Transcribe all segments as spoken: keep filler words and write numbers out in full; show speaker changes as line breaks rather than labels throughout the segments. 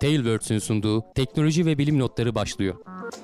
Tailwords'ün sunduğu teknoloji ve bilim notları başlıyor.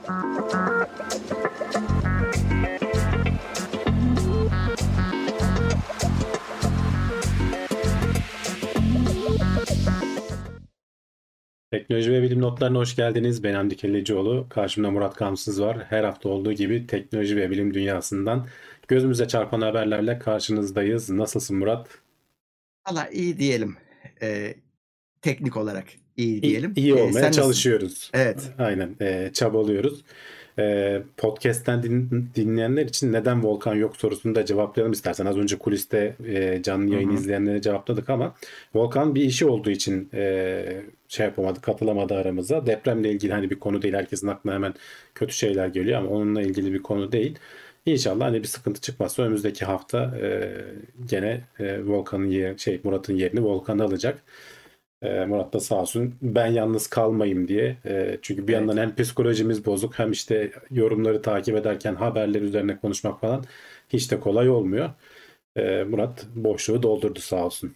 Teknoloji ve bilim notlarına hoş geldiniz. Ben Hamdi Kellecioğlu. Karşımda Murat Kamsız var. Her hafta olduğu gibi teknoloji ve bilim dünyasından gözümüze çarpan haberlerle karşınızdayız. Nasılsın Murat?
Valla iyi diyelim. Ee, teknik olarak iyi
İyi,
diyelim.
iyi
Ee,
olmaya
sen nasılsın?
çalışıyoruz.
Evet.
Aynen, e, çabalıyoruz. E, podcast'ten din- dinleyenler için neden Volkan yok sorusunu da cevaplayalım istersen. Az önce kuliste e, canlı
Hı
yayın
hı.
izleyenlere cevapladık ama Volkan bir işi olduğu için e, şey yapamadı, katılamadı aramıza. Depremle ilgili hani bir konu değil. Herkesin aklına hemen kötü şeyler geliyor ama onunla ilgili bir konu değil. İnşallah hani bir sıkıntı çıkmazsa önümüzdeki hafta e, gene e, Volkan'ın yer, şey Murat'ın yerini Volkan alacak. E, Murat da sağ olsun ben yalnız kalmayayım diye. E, çünkü bir yandan
Evet.
hem psikolojimiz bozuk hem işte yorumları takip ederken haberler üzerine konuşmak falan hiç de kolay olmuyor. E, Murat boşluğu doldurdu sağ olsun.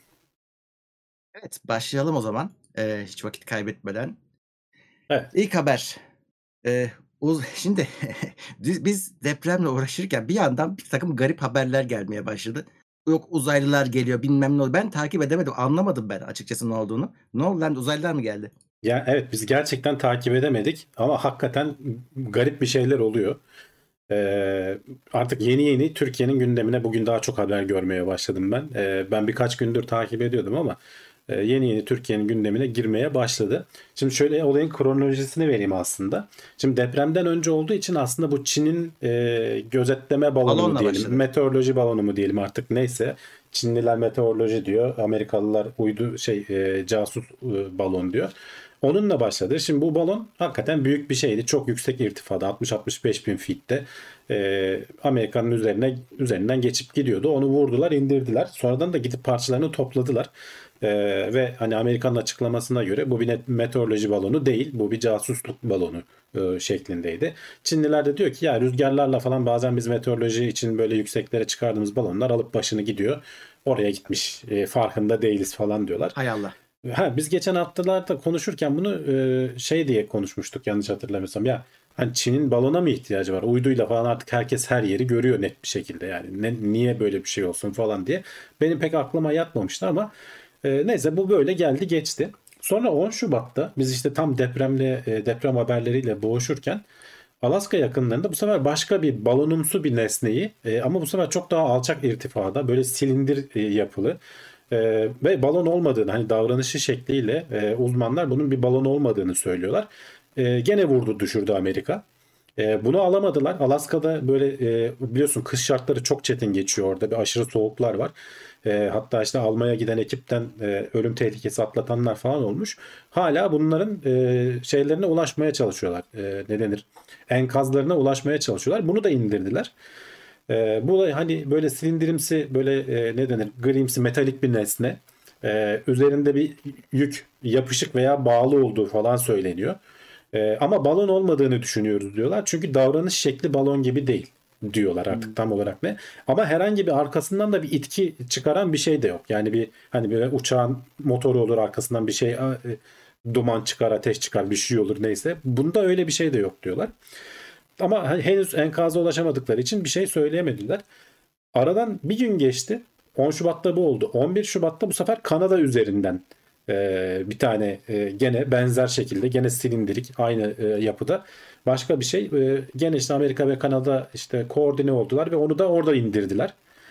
Evet. Başlayalım o zaman. Ee, hiç vakit kaybetmeden.
Evet.
İlk haber. Ee, uz- Şimdi biz biz depremle uğraşırken bir yandan bir takım garip haberler gelmeye başladı. Yok uzaylılar geliyor bilmem ne oluyor. Ben takip edemedim. Anlamadım ben açıkçası ne olduğunu. Ne oldu lan, uzaylılar mı geldi?
Ya evet biz gerçekten takip edemedik ama hakikaten garip bir şeyler oluyor. E, artık yeni yeni Türkiye'nin gündemine bugün daha çok haber görmeye başladım ben. E, ben birkaç gündür takip ediyordum ama e, yeni yeni Türkiye'nin gündemine girmeye başladı. Şimdi şöyle olayın kronolojisini vereyim aslında. Şimdi depremden önce olduğu için aslında bu Çin'in e, gözetleme balonu mu
Balonla
diyelim,
başladı.
meteoroloji balonu mu diyelim artık neyse. Çinliler meteoroloji diyor, Amerikalılar uydu şey e, casus e, balon diyor. Onunla başladı. Şimdi bu balon hakikaten büyük bir şeydi. Çok yüksek irtifada altmış altmış beş bin fitte e, Amerika'nın üzerine üzerinden geçip gidiyordu. Onu vurdular, indirdiler. Sonradan da gidip parçalarını topladılar. E, ve hani Amerika'nın açıklamasına göre bu bir net- meteoroloji balonu değil. Bu bir casusluk balonu e, şeklindeydi. Çinliler de diyor ki ya rüzgarlarla falan bazen biz meteoroloji için böyle yükseklere çıkardığımız balonlar alıp başını gidiyor. Oraya gitmiş. E, farkında değiliz falan diyorlar.
Hay Allah.
Ha, biz geçen haftalarda konuşurken bunu e, şey diye konuşmuştuk yanlış hatırlamıyorsam. Ya hani Çin'in balona mı ihtiyacı var? Uyduyla falan artık herkes her yeri görüyor net bir şekilde. Yani ne, niye böyle bir şey olsun falan diye. Benim pek aklıma yatmamıştı ama e, neyse bu böyle geldi geçti. Sonra on Şubat'ta biz işte tam depremle e, deprem haberleriyle boğuşurken Alaska yakınlarında bu sefer başka bir balonumsu bir nesneyi e, ama bu sefer çok daha alçak irtifada böyle silindir e, yapılı e, ve balon olmadığını hani davranışı şekliyle e, uzmanlar bunun bir balon olmadığını söylüyorlar. E, gene vurdu düşürdü Amerika. E, bunu alamadılar. Alaska'da böyle e, biliyorsun kış şartları çok çetin geçiyor orada bir aşırı soğuklar var. E, hatta işte almaya giden ekipten e, ölüm tehlikesi atlatanlar falan olmuş. Hala bunların e, şeylerine ulaşmaya çalışıyorlar. E, ne denir? Enkazlarına ulaşmaya çalışıyorlar. Bunu da indirdiler. E, bu da hani böyle silindirimsi böyle e, ne denir? Grimsi metalik bir nesne. E, üzerinde bir yük yapışık veya bağlı olduğu falan söyleniyor. E, ama balon olmadığını düşünüyoruz diyorlar. Çünkü davranış şekli balon gibi değil diyorlar artık
Hmm.
tam olarak ne. Ama herhangi bir arkasından da bir itki çıkaran bir şey de yok. Yani bir hani böyle uçağın motoru olur arkasından bir şey e, duman çıkar, ateş çıkar, bir şey olur neyse. Bunda öyle bir şey de yok diyorlar. Ama henüz enkaza ulaşamadıkları için bir şey söyleyemediler. Aradan bir gün geçti. on Şubat'ta bu oldu. on bir Şubat'ta bu sefer Kanada üzerinden e, bir tane e, gene benzer şekilde gene silindirik aynı e, yapıda başka bir şey. E, gene işte Amerika ve Kanada işte koordine oldular ve onu da orada indirdiler.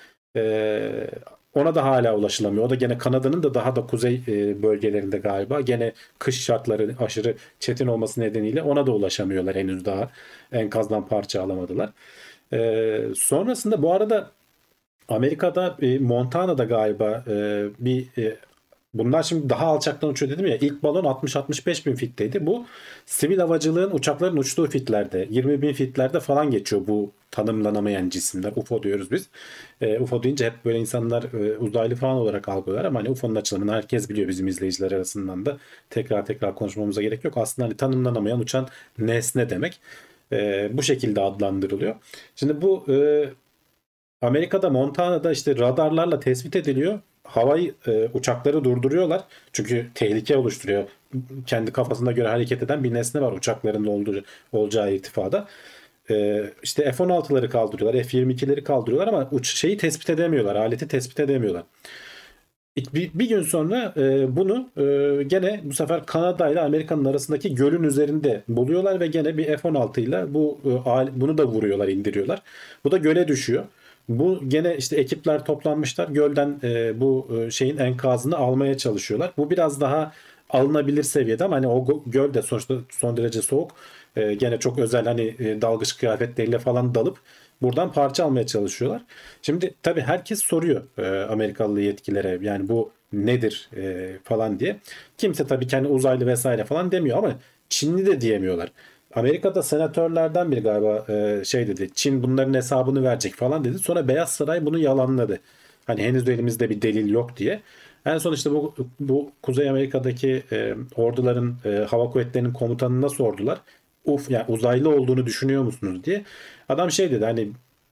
E, ona da hala ulaşılamıyor. O da gene Kanada'nın da daha da kuzey e, bölgelerinde galiba. Gene kış şartları aşırı çetin olması nedeniyle ona da ulaşamıyorlar henüz daha. Enkazdan parça alamadılar. E, sonrasında bu arada Amerika'da e, Montana'da galiba e, bir e, bunlar şimdi daha alçaktan uçuyor dedim ya ilk balon altmış altmış beş bin fitteydi. Bu sivil havacılığın uçakların uçtuğu fitlerde yirmi bin fitlerde falan geçiyor bu tanımlanamayan cisimler. U F O diyoruz biz. E, U F O deyince hep böyle insanlar e, uzaylı falan olarak algılıyorlar ama hani U F O'nun açılımını herkes biliyor bizim izleyiciler arasından da tekrar tekrar konuşmamıza gerek yok. Aslında hani tanımlanamayan uçan nesne demek. E, bu şekilde adlandırılıyor. Şimdi bu e, Amerika'da Montana'da işte radarlarla tespit ediliyor. havayı e, uçakları durduruyorlar. Çünkü tehlike oluşturuyor. Kendi kafasına göre hareket eden bir nesne var uçakların olduğu, olacağı irtifada. E, işte F on altıları kaldırıyorlar, F yirmi ikileri kaldırıyorlar ama uç şeyi tespit edemiyorlar, aleti tespit edemiyorlar. Bir, bir gün sonra e, bunu e, gene bu sefer Kanada ile Amerika'nın arasındaki gölün üzerinde buluyorlar ve gene bir F on altı ile bu e, al- bunu da vuruyorlar, indiriyorlar. Bu da göle düşüyor. Bu gene işte ekipler toplanmışlar. Gölden e, bu e, şeyin enkazını almaya çalışıyorlar. Bu biraz daha alınabilir seviyede ama hani o go- göl de sonuçta son derece soğuk. E, gene çok özel hani e, dalgıç kıyafetleriyle falan dalıp buradan parça almaya çalışıyorlar. Şimdi tabii herkes soruyor e, Amerikalı yetkililere yani bu nedir e, falan diye. Kimse tabii kendi uzaylı vesaire falan demiyor ama Çinli de diyemiyorlar. Amerika'da senatörlerden biri galiba e, şey dedi. Çin bunların hesabını verecek falan dedi. Sonra Beyaz Saray bunu yalanladı. Hani henüz elimizde bir delil yok diye. En son işte bu, bu Kuzey Amerika'daki e, orduların e, hava kuvvetlerinin komutanına sordular. Uf yani uzaylı olduğunu düşünüyor musunuz diye. Adam şey dedi hani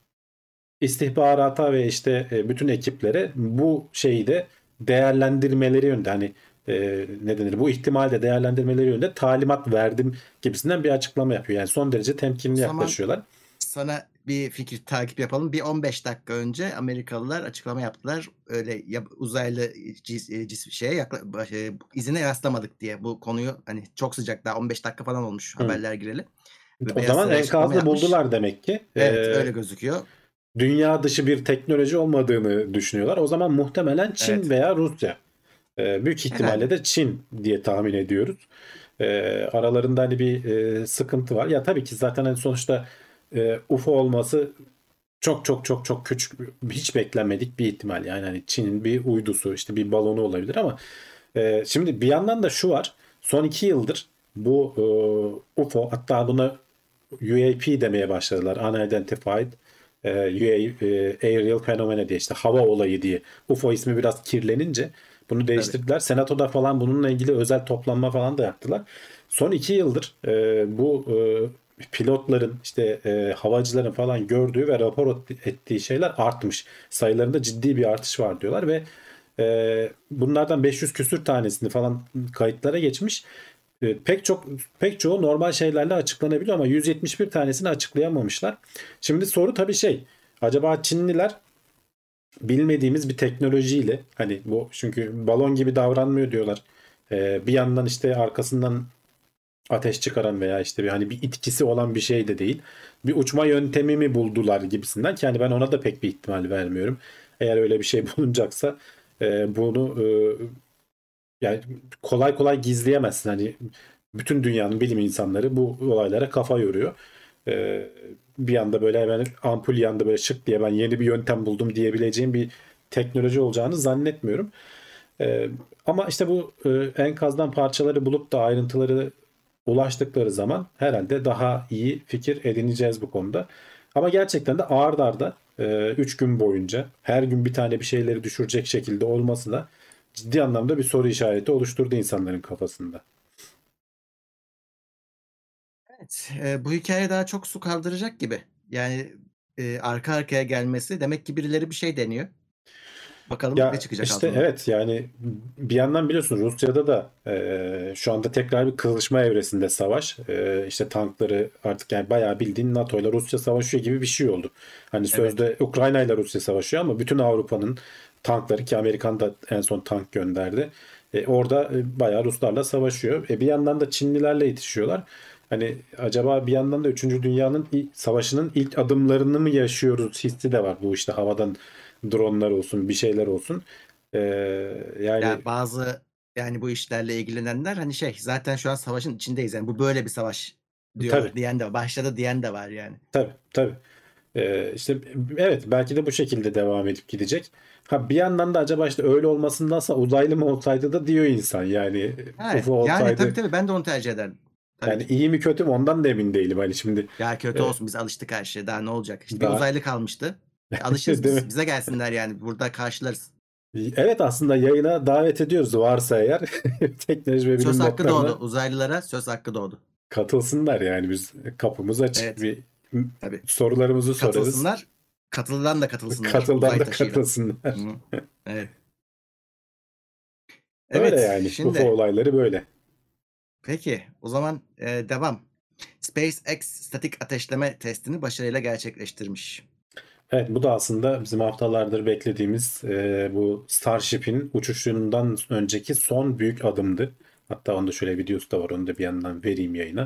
istihbarata ve işte e, bütün ekiplere bu şeyi de değerlendirmeleri yönünde hani e, ne denir bu ihtimali de değerlendirmeleri yönünde talimat verdim gibisinden bir açıklama yapıyor. Yani son derece
O
temkinli
zaman
yaklaşıyorlar.
sana bir fikir takip yapalım. Bir on beş dakika önce Amerikalılar açıklama yaptılar. Öyle ya, uzaylı cis, e, cis şeye yakla, baş- e, izine rastlamadık diye. Bu konuyu hani çok sıcak daha on beş dakika falan olmuş
Hı.
haberler gireli. Ve
O
Beyaz
zaman
Saray açıklama
enkazı
yapmış.
buldular demek ki.
Evet
E,
öyle gözüküyor.
dünya dışı bir teknoloji olmadığını düşünüyorlar. O zaman muhtemelen Çin
Evet.
veya Rusya. E, büyük ihtimalle
Herhalde.
de Çin diye tahmin ediyoruz. E, aralarında hani bir e, sıkıntı var. Ya tabii ki zaten hani sonuçta e, U F O olması çok çok çok çok küçük hiç beklenmedik bir ihtimal. Yani hani Çin'in bir uydusu işte bir balonu olabilir ama e, şimdi bir yandan da şu var. Son iki yıldır bu e, U F O hatta buna U A P demeye başladılar. Unidentified e, U A, e, Aerial Phenomena diye işte hava olayı diye. U F O ismi biraz kirlenince bunu
Tabii.
değiştirdiler. Senatoda falan bununla ilgili özel toplanma falan da yaptılar. Son iki yıldır e, bu e, pilotların işte e, havacıların falan gördüğü ve rapor ettiği şeyler artmış. Sayılarında ciddi bir artış var diyorlar ve e, bunlardan beş yüz küsür tanesini falan kayıtlara geçmiş. E, pek çok pek çoğu normal şeylerle açıklanabiliyor ama yüz yetmiş bir tanesini açıklayamamışlar. Şimdi soru tabii şey. Acaba Çinliler bilmediğimiz bir teknolojiyle hani bu çünkü balon gibi davranmıyor diyorlar. E, bir yandan işte arkasından ateş çıkaran veya işte bir hani bir itkisi olan bir şey de değil. Bir uçma yöntemi mi buldular gibisinden ki hani ben ona da pek bir ihtimal vermiyorum. Eğer öyle bir şey bulunacaksa e, bunu e, yani kolay kolay gizleyemezsin. Hani bütün dünyanın bilim insanları bu olaylara kafa yoruyor. Ee, bir anda böyle hemen ampul yanında böyle şık diye ben yeni bir yöntem buldum diyebileceğim bir teknoloji olacağını zannetmiyorum. Ee, ama işte bu e, enkazdan parçaları bulup da ayrıntıları ulaştıkları zaman herhalde daha iyi fikir edineceğiz bu konuda. Ama gerçekten de ard arda üç gün boyunca her gün bir tane bir şeyleri düşürecek şekilde olması da ciddi anlamda bir soru işareti oluşturdu insanların kafasında.
Evet. e, bu hikaye daha çok su kaldıracak gibi. Yani e, arka arkaya gelmesi demek ki birileri bir şey deniyor. Bakalım ne
Ya
çıkacak
işte
altından.
evet yani bir yandan biliyorsun Rusya'da da e, şu anda tekrar bir kızışma evresinde savaş. E, işte tankları artık yani bayağı bildiğin NATO ile Rusya savaşıyor gibi bir şey oldu. Hani
Evet.
sözde Ukrayna ile Rusya savaşıyor ama bütün Avrupa'nın tankları ki Amerikan da en son tank gönderdi. E, orada e, bayağı Ruslarla savaşıyor. E, bir yandan da Çinlilerle itişiyorlar. Hani acaba bir yandan da üçüncü Dünya'nın ilk- savaşının ilk adımlarını mı yaşıyoruz hissi de var bu işte havadan dronlar olsun, bir şeyler olsun. Ee, yani
Ya bazı yani bu işlerle ilgilenenler hani şey zaten şu an savaşın içindeyiz. Yani bu böyle bir savaş
tabii,
diyor diyen de var. Başladı diyen de var yani.
tabii, tabii. Ee, işte evet belki de bu şekilde devam edip gidecek. Ha bir yandan da acaba işte öyle olmasındansa uzaylı mı olsaydı da diyor insan. Yani
Evet.
U F O
Yani tabii
olsaydı
tabii ben de onu tercih ederdim. Tabii
yani
ki.
iyi mi kötü mü ondan da emin değilim. Hani şimdi
Ya kötü
e,
olsun biz alıştık her şeye. Daha ne olacak? İşte bir
daha
uzaylı kalmıştı. E, alışırız
değil
biz.
mi?
Bize gelsinler yani. Burada karşılarız.
Evet aslında yayına davet ediyoruz varsa eğer teknoloji ve
Söz
bilim
hakkı doğdu.
notlarına
Uzaylılara söz hakkı doğdu.
katılsınlar yani biz kapımız açık
Evet.
bir
Tabii.
sorularımızı sorarız.
Katılsınlar. Katıldan da katılsınlar.
Katıldan
Uzay
da
taşıyla.
katılsınlar.
Hı. Evet.
Öyle
Evet,
yani. U F O
şimdi
olayları böyle.
peki o zaman e, devam. SpaceX statik ateşleme testini başarıyla gerçekleştirmiş.
Evet, bu da aslında bizim haftalardır beklediğimiz e, bu Starship'in uçuşundan önceki son büyük adımdı. Hatta onda şöyle videosu da var. Onu da bir yandan vereyim yayına.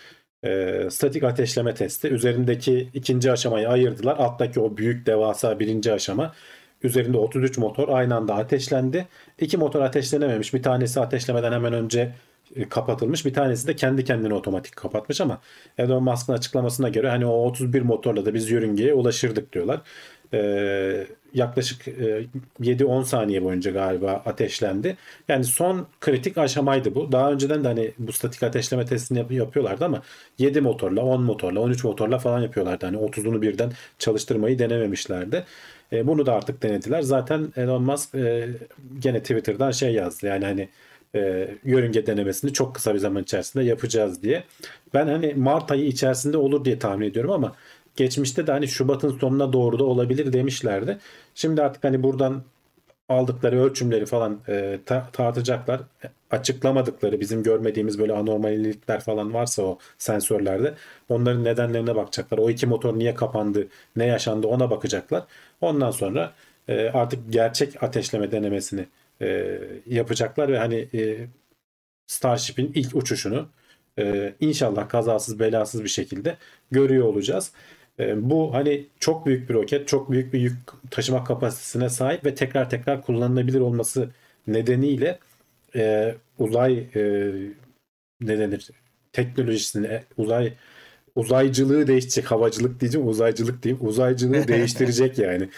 E, statik ateşleme testi. Üzerindeki ikinci aşamayı ayırdılar. Alttaki o büyük devasa birinci aşama. Üzerinde otuz üç motor aynı anda ateşlendi. İki motor ateşlenememiş. Bir tanesi ateşlemeden hemen önce e, kapatılmış. Bir tanesi de kendi kendine otomatik kapatmış ama Elon Musk'ın açıklamasına göre hani o otuz bir motorla da biz yörüngeye ulaşırdık diyorlar. Ee, yaklaşık e, yedi on saniye boyunca galiba ateşlendi. Yani son kritik aşamaydı bu. Daha önceden de hani bu statik ateşleme testini yap- yapıyorlardı ama yedi motorla, on motorla, on üç motorla falan yapıyorlardı. Hani otuzunu birden çalıştırmayı denememişlerdi. E, bunu da artık denediler. Zaten Elon Musk e, gene Twitter'dan şey yazdı. Yani hani e, yörünge denemesini çok kısa bir zaman içerisinde yapacağız diye. Ben hani Mart ayı içerisinde olur diye tahmin ediyorum ama geçmişte de hani Şubat'ın sonuna doğru da olabilir demişlerdi. Şimdi artık hani buradan aldıkları ölçümleri falan e, ta- tartacaklar. Açıklamadıkları bizim görmediğimiz böyle anormallikler falan varsa o sensörlerde onların nedenlerine bakacaklar. O iki motor niye kapandı, ne yaşandı ona bakacaklar. Ondan sonra e, artık gerçek ateşleme denemesini e, yapacaklar ve hani e, Starship'in ilk uçuşunu e, inşallah kazasız belasız bir şekilde görüyor olacağız. E, bu hani çok büyük bir roket, çok büyük bir yük taşıma kapasitesine sahip ve tekrar tekrar kullanılabilir olması nedeniyle e, uzay e, ne denir teknolojisini, e, uzay uzaycılığı değişecek. Havacılık diyeceğim, uzaycılık diyeyim. Uzaycılığı değiştirecek yani.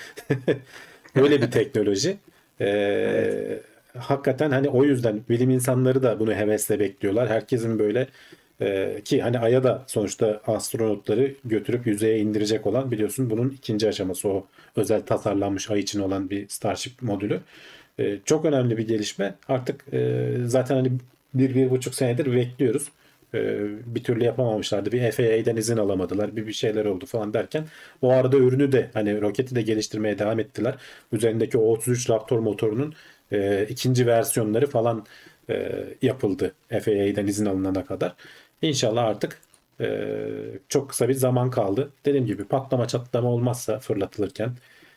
Öyle bir teknoloji.
Evet.
Ee, hakikaten hani o yüzden bilim insanları da bunu hevesle bekliyorlar. Herkesin böyle e, ki hani Ay'a da sonuçta astronotları götürüp yüzeye indirecek olan biliyorsun bunun ikinci aşaması o özel tasarlanmış Ay için olan bir Starship modülü. E, çok önemli bir gelişme. Artık e, zaten hani bir, bir buçuk senedir bekliyoruz. E, bir türlü yapamamışlardı. Bir F A A'den izin alamadılar. Bir bir şeyler oldu falan derken o arada ürünü de hani roketi de geliştirmeye devam ettiler. Üzerindeki o otuz üç Raptor motorunun e, ikinci versiyonları falan e, yapıldı F A A'den izin alınana kadar. İnşallah artık e, çok kısa bir zaman kaldı. Dediğim gibi patlama çatlama olmazsa fırlatılırken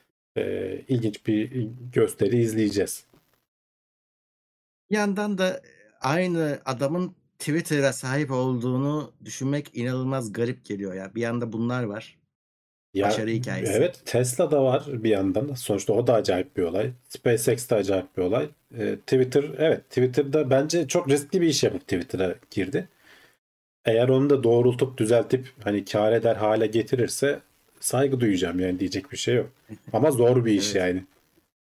e, ilginç bir gösteri izleyeceğiz.
Bir yandan da aynı adamın Twitter'a sahip olduğunu düşünmek inanılmaz garip geliyor ya. Bir yanda bunlar var.
Ya
Başarı hikayesi.
evet Tesla'da var bir yandan. Sonuçta o da acayip bir olay. SpaceX de acayip bir olay. E, Twitter evet Twitter'da bence çok riskli bir iş yapıp Twitter'a girdi. Eğer onu da doğrultup düzeltip hani kâr eder hale getirirse saygı duyacağım yani diyecek bir şey yok. Ama zor bir iş
Evet.
yani.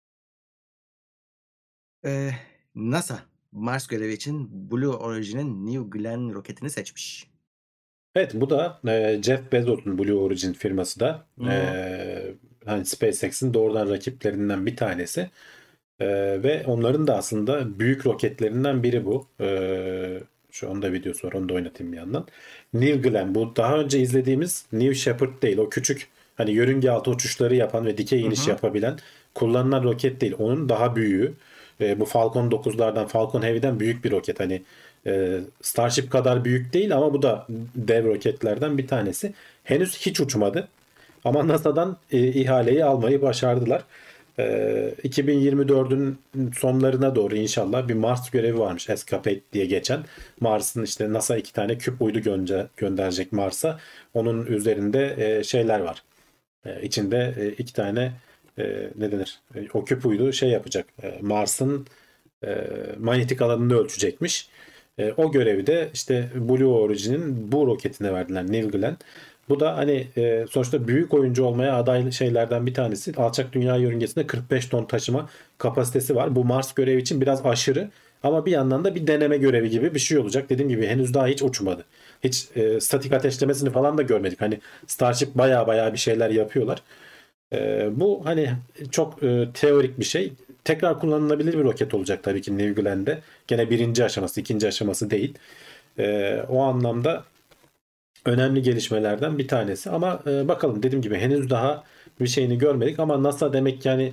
Ee, NASA Mars görevi için Blue Origin'in New Glenn roketini seçmiş.
Evet bu da e, Jeff Bezos'un Blue Origin firması da
Hmm.
e, hani SpaceX'in doğrudan rakiplerinden bir tanesi. E, ve onların da aslında büyük roketlerinden biri bu. E, şu anda videosu var onu da oynatayım bir yandan. New Glenn bu daha önce izlediğimiz New Shepard değil o küçük hani yörünge altı uçuşları yapan ve dikey
Hı
iniş
hı.
yapabilen kullanılan roket değil. Onun daha büyüğü. E, bu Falcon dokuzlardan Falcon Heavy'den büyük bir roket. Hani e, Starship kadar büyük değil ama bu da dev roketlerden bir tanesi. Henüz hiç uçmadı. Ama NASA'dan e, ihaleyi almayı başardılar. E, iki bin yirmi dördün sonlarına doğru inşallah bir Mars görevi varmış. Escapade diye geçen. Mars'ın işte NASA iki tane küp uydu gönce- gönderecek Mars'a. Onun üzerinde e, şeyler var. E, içinde e, iki tane e, ne denir? E, o küp uydu şey yapacak. E, Mars'ın e, manyetik alanını ölçecekmiş. E, o görevi de işte Blue Origin'in bu roketine verdiler New Glenn. Bu da hani e, sonuçta büyük oyuncu olmaya aday şeylerden bir tanesi. Alçak dünya yörüngesinde kırk beş ton taşıma kapasitesi var. Bu Mars görevi için biraz aşırı ama bir yandan da bir deneme görevi gibi bir şey olacak. Dediğim gibi henüz daha hiç uçmadı. Hiç e, statik ateşlemesini falan da görmedik. Hani Starship baya baya bir şeyler yapıyorlar. E, bu hani çok e, teorik bir şey. Tekrar kullanılabilir bir roket olacak tabii ki New Glenn'de. Gene birinci aşaması, ikinci aşaması değil. E, o anlamda önemli gelişmelerden bir tanesi. Ama e, bakalım dediğim gibi henüz daha bir şeyini görmedik. Ama NASA demek yani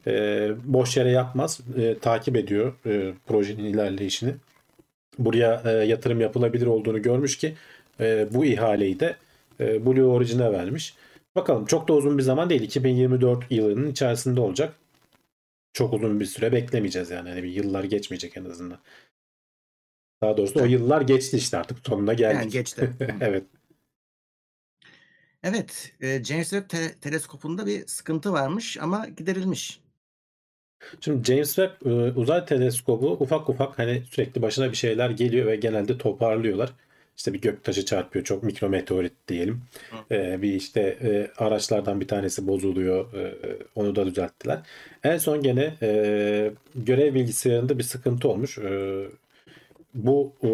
e, boş yere yapmaz. E, takip ediyor e, projenin ilerleyişini. Buraya e, yatırım yapılabilir olduğunu görmüş ki e, bu ihaleyi de e, Blue Origin'e vermiş. Bakalım, çok da uzun bir zaman değil. iki bin yirmi dört yılının içerisinde olacak. Çok uzun bir süre beklemeyeceğiz yani. Hani bir yıllar geçmeyecek en azından. Daha doğrusu o
Evet.
yıllar geçti işte, artık sonuna
Yani
geldik.
geçti. Hı.
Evet.
Evet, e, James Webb te- teleskopunda bir sıkıntı varmış ama giderilmiş.
Şimdi James Webb e, Uzay Teleskobu ufak ufak hani sürekli başına bir şeyler geliyor ve genelde toparlıyorlar. İşte bir göktaşı çarpıyor, çok mikrometeorit diyelim.
Hı.
E, bir işte e, araçlardan bir tanesi bozuluyor, e, onu da düzelttiler. En son gene e, görev bilgisayarında bir sıkıntı olmuş. E, bu e,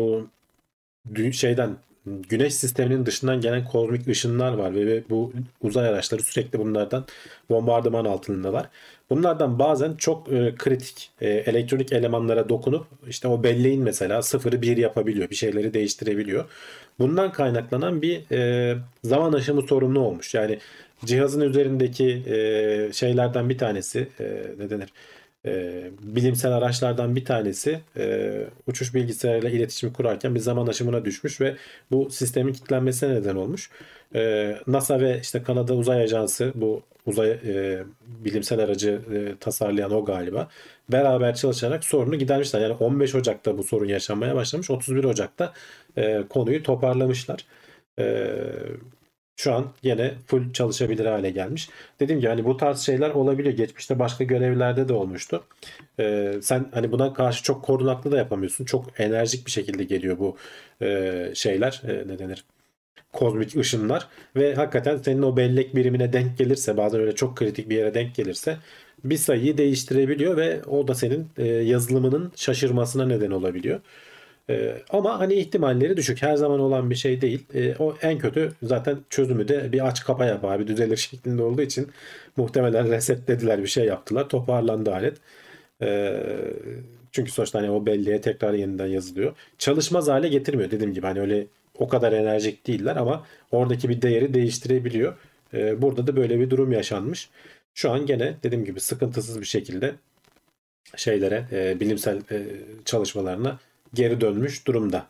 dü- şeyden Güneş sisteminin dışından gelen kozmik ışınlar var ve ve bu uzay araçları sürekli bunlardan bombardıman altındalar. Bunlardan bazen çok e, kritik e, elektronik elemanlara dokunup işte o belleğin mesela sıfırı bir yapabiliyor. Bir şeyleri değiştirebiliyor. Bundan kaynaklanan bir e, zaman aşımı sorunu olmuş. Yani cihazın üzerindeki e, şeylerden bir tanesi, e, ne denir? E, bilimsel araçlardan bir tanesi e, uçuş bilgisayarıyla iletişim kurarken bir zaman aşımına düşmüş ve bu sistemin kilitlenmesine neden olmuş. E, NASA ve işte Kanada Uzay Ajansı, bu uzay e, bilimsel aracı e, tasarlayan o galiba, beraber çalışarak sorunu gidermişler. Yani on beş Ocak'ta bu sorun yaşanmaya başlamış. otuz bir Ocak'ta e, konuyu toparlamışlar. E, Şu an yine full çalışabilir hale gelmiş. Dediğim gibi hani bu tarz şeyler olabiliyor. Geçmişte başka görevlerde de olmuştu. Ee, sen hani buna karşı çok korunaklı da yapamıyorsun. Çok enerjik bir şekilde geliyor bu e, şeyler. E, ne denir? Kozmik ışınlar. Ve hakikaten senin o bellek birimine denk gelirse, bazen öyle çok kritik bir yere denk gelirse bir sayıyı değiştirebiliyor ve o da senin e, yazılımının şaşırmasına neden olabiliyor. Ee, ama hani ihtimalleri düşük. Her zaman olan bir şey değil. Ee, o en kötü zaten çözümü de bir aç kapa yap abi, düzelir şeklinde olduğu için muhtemelen resetlediler, bir şey yaptılar. Toparlandı alet. Ee, Çünkü sonuçta hani o belleğe tekrar yeniden yazılıyor. Çalışmaz hale getirmiyor, dediğim gibi hani öyle o kadar enerjik değiller ama oradaki bir değeri değiştirebiliyor. Ee, burada da böyle bir durum yaşanmış. Şu an gene dediğim gibi sıkıntısız bir şekilde şeylere, e, bilimsel e, çalışmalarına geri dönmüş durumda.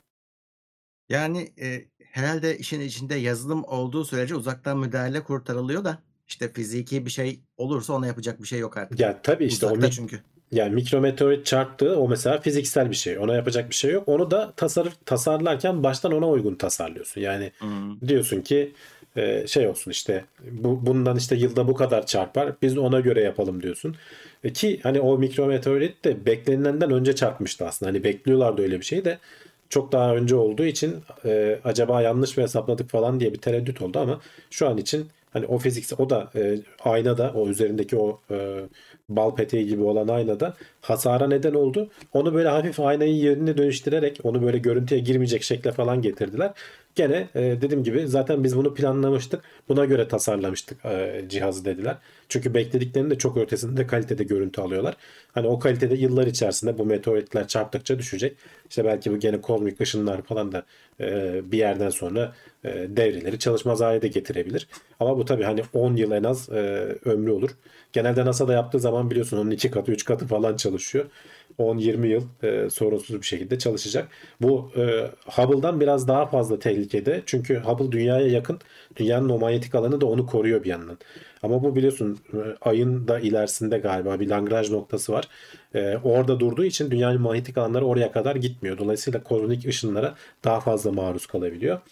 Yani e, herhalde işin içinde yazılım olduğu sürece uzaktan müdahale kurtarılıyor da işte fiziki bir şey olursa ona yapacak bir şey yok artık.
Ya tabii işte o
Uzakta
mik
çünkü.
yani mikrometeorit çarptığı o mesela fiziksel bir şey. Ona yapacak bir şey yok. Onu da tasarır tasarlarken baştan ona uygun tasarlıyorsun. Yani
Hmm.
diyorsun ki e, şey olsun işte, bu bundan işte yılda bu kadar çarpar. Biz ona göre yapalım diyorsun. E, ki hani o mikrometeorit de beklenilenden önce çarpmıştı aslında. Hani bekliyorlardı öyle bir şey de, çok daha önce olduğu için e, acaba yanlış mı hesapladık falan diye bir tereddüt oldu ama şu an için hani o fiziksel, o da e, aynada, o üzerindeki o e, bal peteği gibi olan aynada hasara neden oldu. Onu böyle hafif aynayı yerine dönüştürerek onu böyle görüntüye girmeyecek şekle falan getirdiler. Gene e, dediğim gibi zaten biz bunu planlamıştık. Buna göre tasarlamıştık e, cihazı dediler. Çünkü beklediklerinin de çok ötesinde kalitede görüntü alıyorlar. Hani o kalitede yıllar içerisinde bu meteoritler çarptıkça düşecek. İşte belki bu gene kozmik ışınlar falan da e, bir yerden sonra e, devreleri çalışmaz hale de getirebilir. Ama bu tabii hani on yıl en az e, ömrü olur. Genelde NASA'da yaptığı zaman biliyorsun onun iki katı üç katı falan çalışıyor. on yirmi yıl e, sorunsuz bir şekilde çalışacak. Bu e, Hubble'dan biraz daha fazla tehlikede. Çünkü Hubble dünyaya yakın. Dünyanın o manyetik alanı da onu koruyor bir yandan. Ama bu biliyorsun e, ayın da ilerisinde galiba bir Lagrange noktası var. E, orada durduğu için dünyanın manyetik alanları oraya kadar gitmiyor. Dolayısıyla kozmik ışınlara daha fazla maruz kalabiliyor.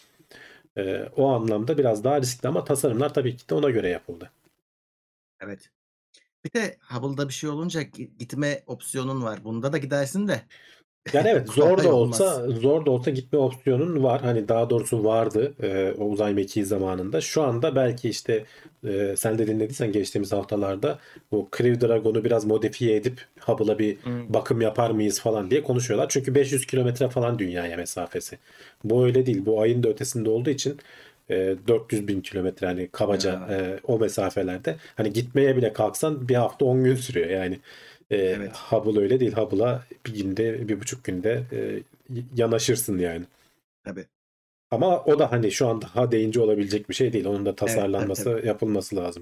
E, o anlamda biraz daha riskli ama tasarımlar tabii ki de ona göre yapıldı.
Evet. Bir de Hubble'da bir şey olunca gi- gitme opsiyonun var. Bunda da gidersin de
Yani evet, zor
kolay
da
olmaz.
olsa zor da olsa gitme opsiyonun var. Hani daha doğrusu vardı e, o uzay mekiği zamanında. Şu anda belki işte e, sen de dinlediysen geçtiğimiz haftalarda bu Crew Dragon'u biraz modifiye edip Hubble'a bir
Hmm.
bakım yapar mıyız falan diye konuşuyorlar. Çünkü beş yüz kilometre falan dünyaya mesafesi. Bu öyle değil. Bu ayın da ötesinde olduğu için e, dört yüz bin kilometre, hani kabaca
Ya,
e, o mesafelerde. Hani gitmeye bile kalksan bir hafta on gün sürüyor yani. E,
evet.
Hubble öyle değil. Hubble'a bir günde, bir buçuk günde e, yanaşırsın yani.
Tabii.
Ama o da hani şu an daha deyince olabilecek bir şey değil. Onun da
Evet, tabii
tasarlanması,
tabii.
yapılması lazım.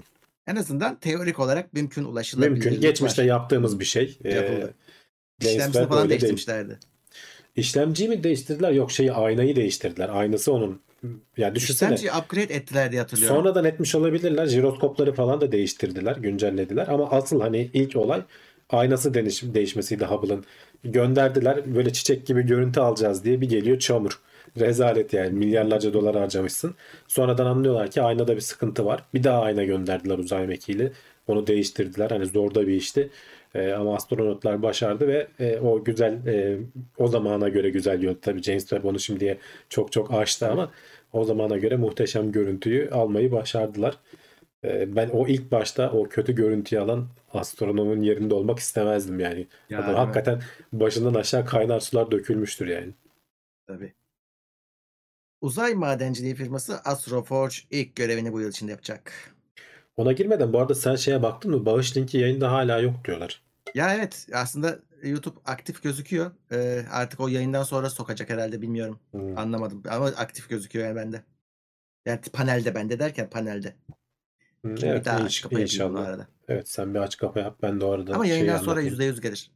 En azından teorik olarak mümkün
Mümkün.
ulaşılabilirlik
Geçmişte
var.
yaptığımız bir şey. Ee,
Yapıldı.
James
İşlemcisini
Webb
falan
öyle değil.
değiştirmişlerdi.
İşlemciyi mi değiştirdiler? Yok şeyi aynayı değiştirdiler. Aynası onun. Ya düşünsene.
İşlemciyi upgrade ettiler diye hatırlıyorum.
Sonradan etmiş olabilirler. Jiroskopları falan da değiştirdiler, güncellediler. Ama asıl hani ilk olay aynası değiş değişmesiydi Hubble'ın. Gönderdiler böyle çiçek gibi görüntü alacağız diye bir geliyor çamur. Rezalet yani milyarlarca dolar harcamışsın. Sonradan anlıyorlar ki aynada bir sıkıntı var. Bir daha ayna gönderdiler uzay mekiğiyle. Onu değiştirdiler. Hani zor da bir işti. Ee, ama astronotlar başardı ve e, o güzel e, o zamana göre güzel gördü. Tabii James Webb onu şimdiye çok çok aştı ama o zamana göre muhteşem görüntüyü almayı başardılar. Ee, Ben o ilk başta o kötü görüntüyü alan astronomun yerinde olmak istemezdim yani.
Ya,
Adam
değil mi?
hakikaten başından aşağı kaynar sular dökülmüştür yani.
Tabii. Uzay madenciliği firması Astroforge ilk görevini bu yıl içinde yapacak.
Ona girmeden bu arada sen şeye baktın mı? Bağış linki yayında hala yok diyorlar.
Ya evet, aslında YouTube aktif gözüküyor. Ee, artık o yayından sonra sokacak herhalde, bilmiyorum.
Hmm.
Anlamadım ama aktif gözüküyor yani bende. Yani panelde, bende derken panelde.
Hmm,
Bir
Evet
daha
inş-
aç kapa yapayım bunu
inşallah.
arada.
Evet sen bir aç kapa yap ben de o arada
Ama
şeyi
yayından sonra
anlatayım.
yüzde yüz gelir.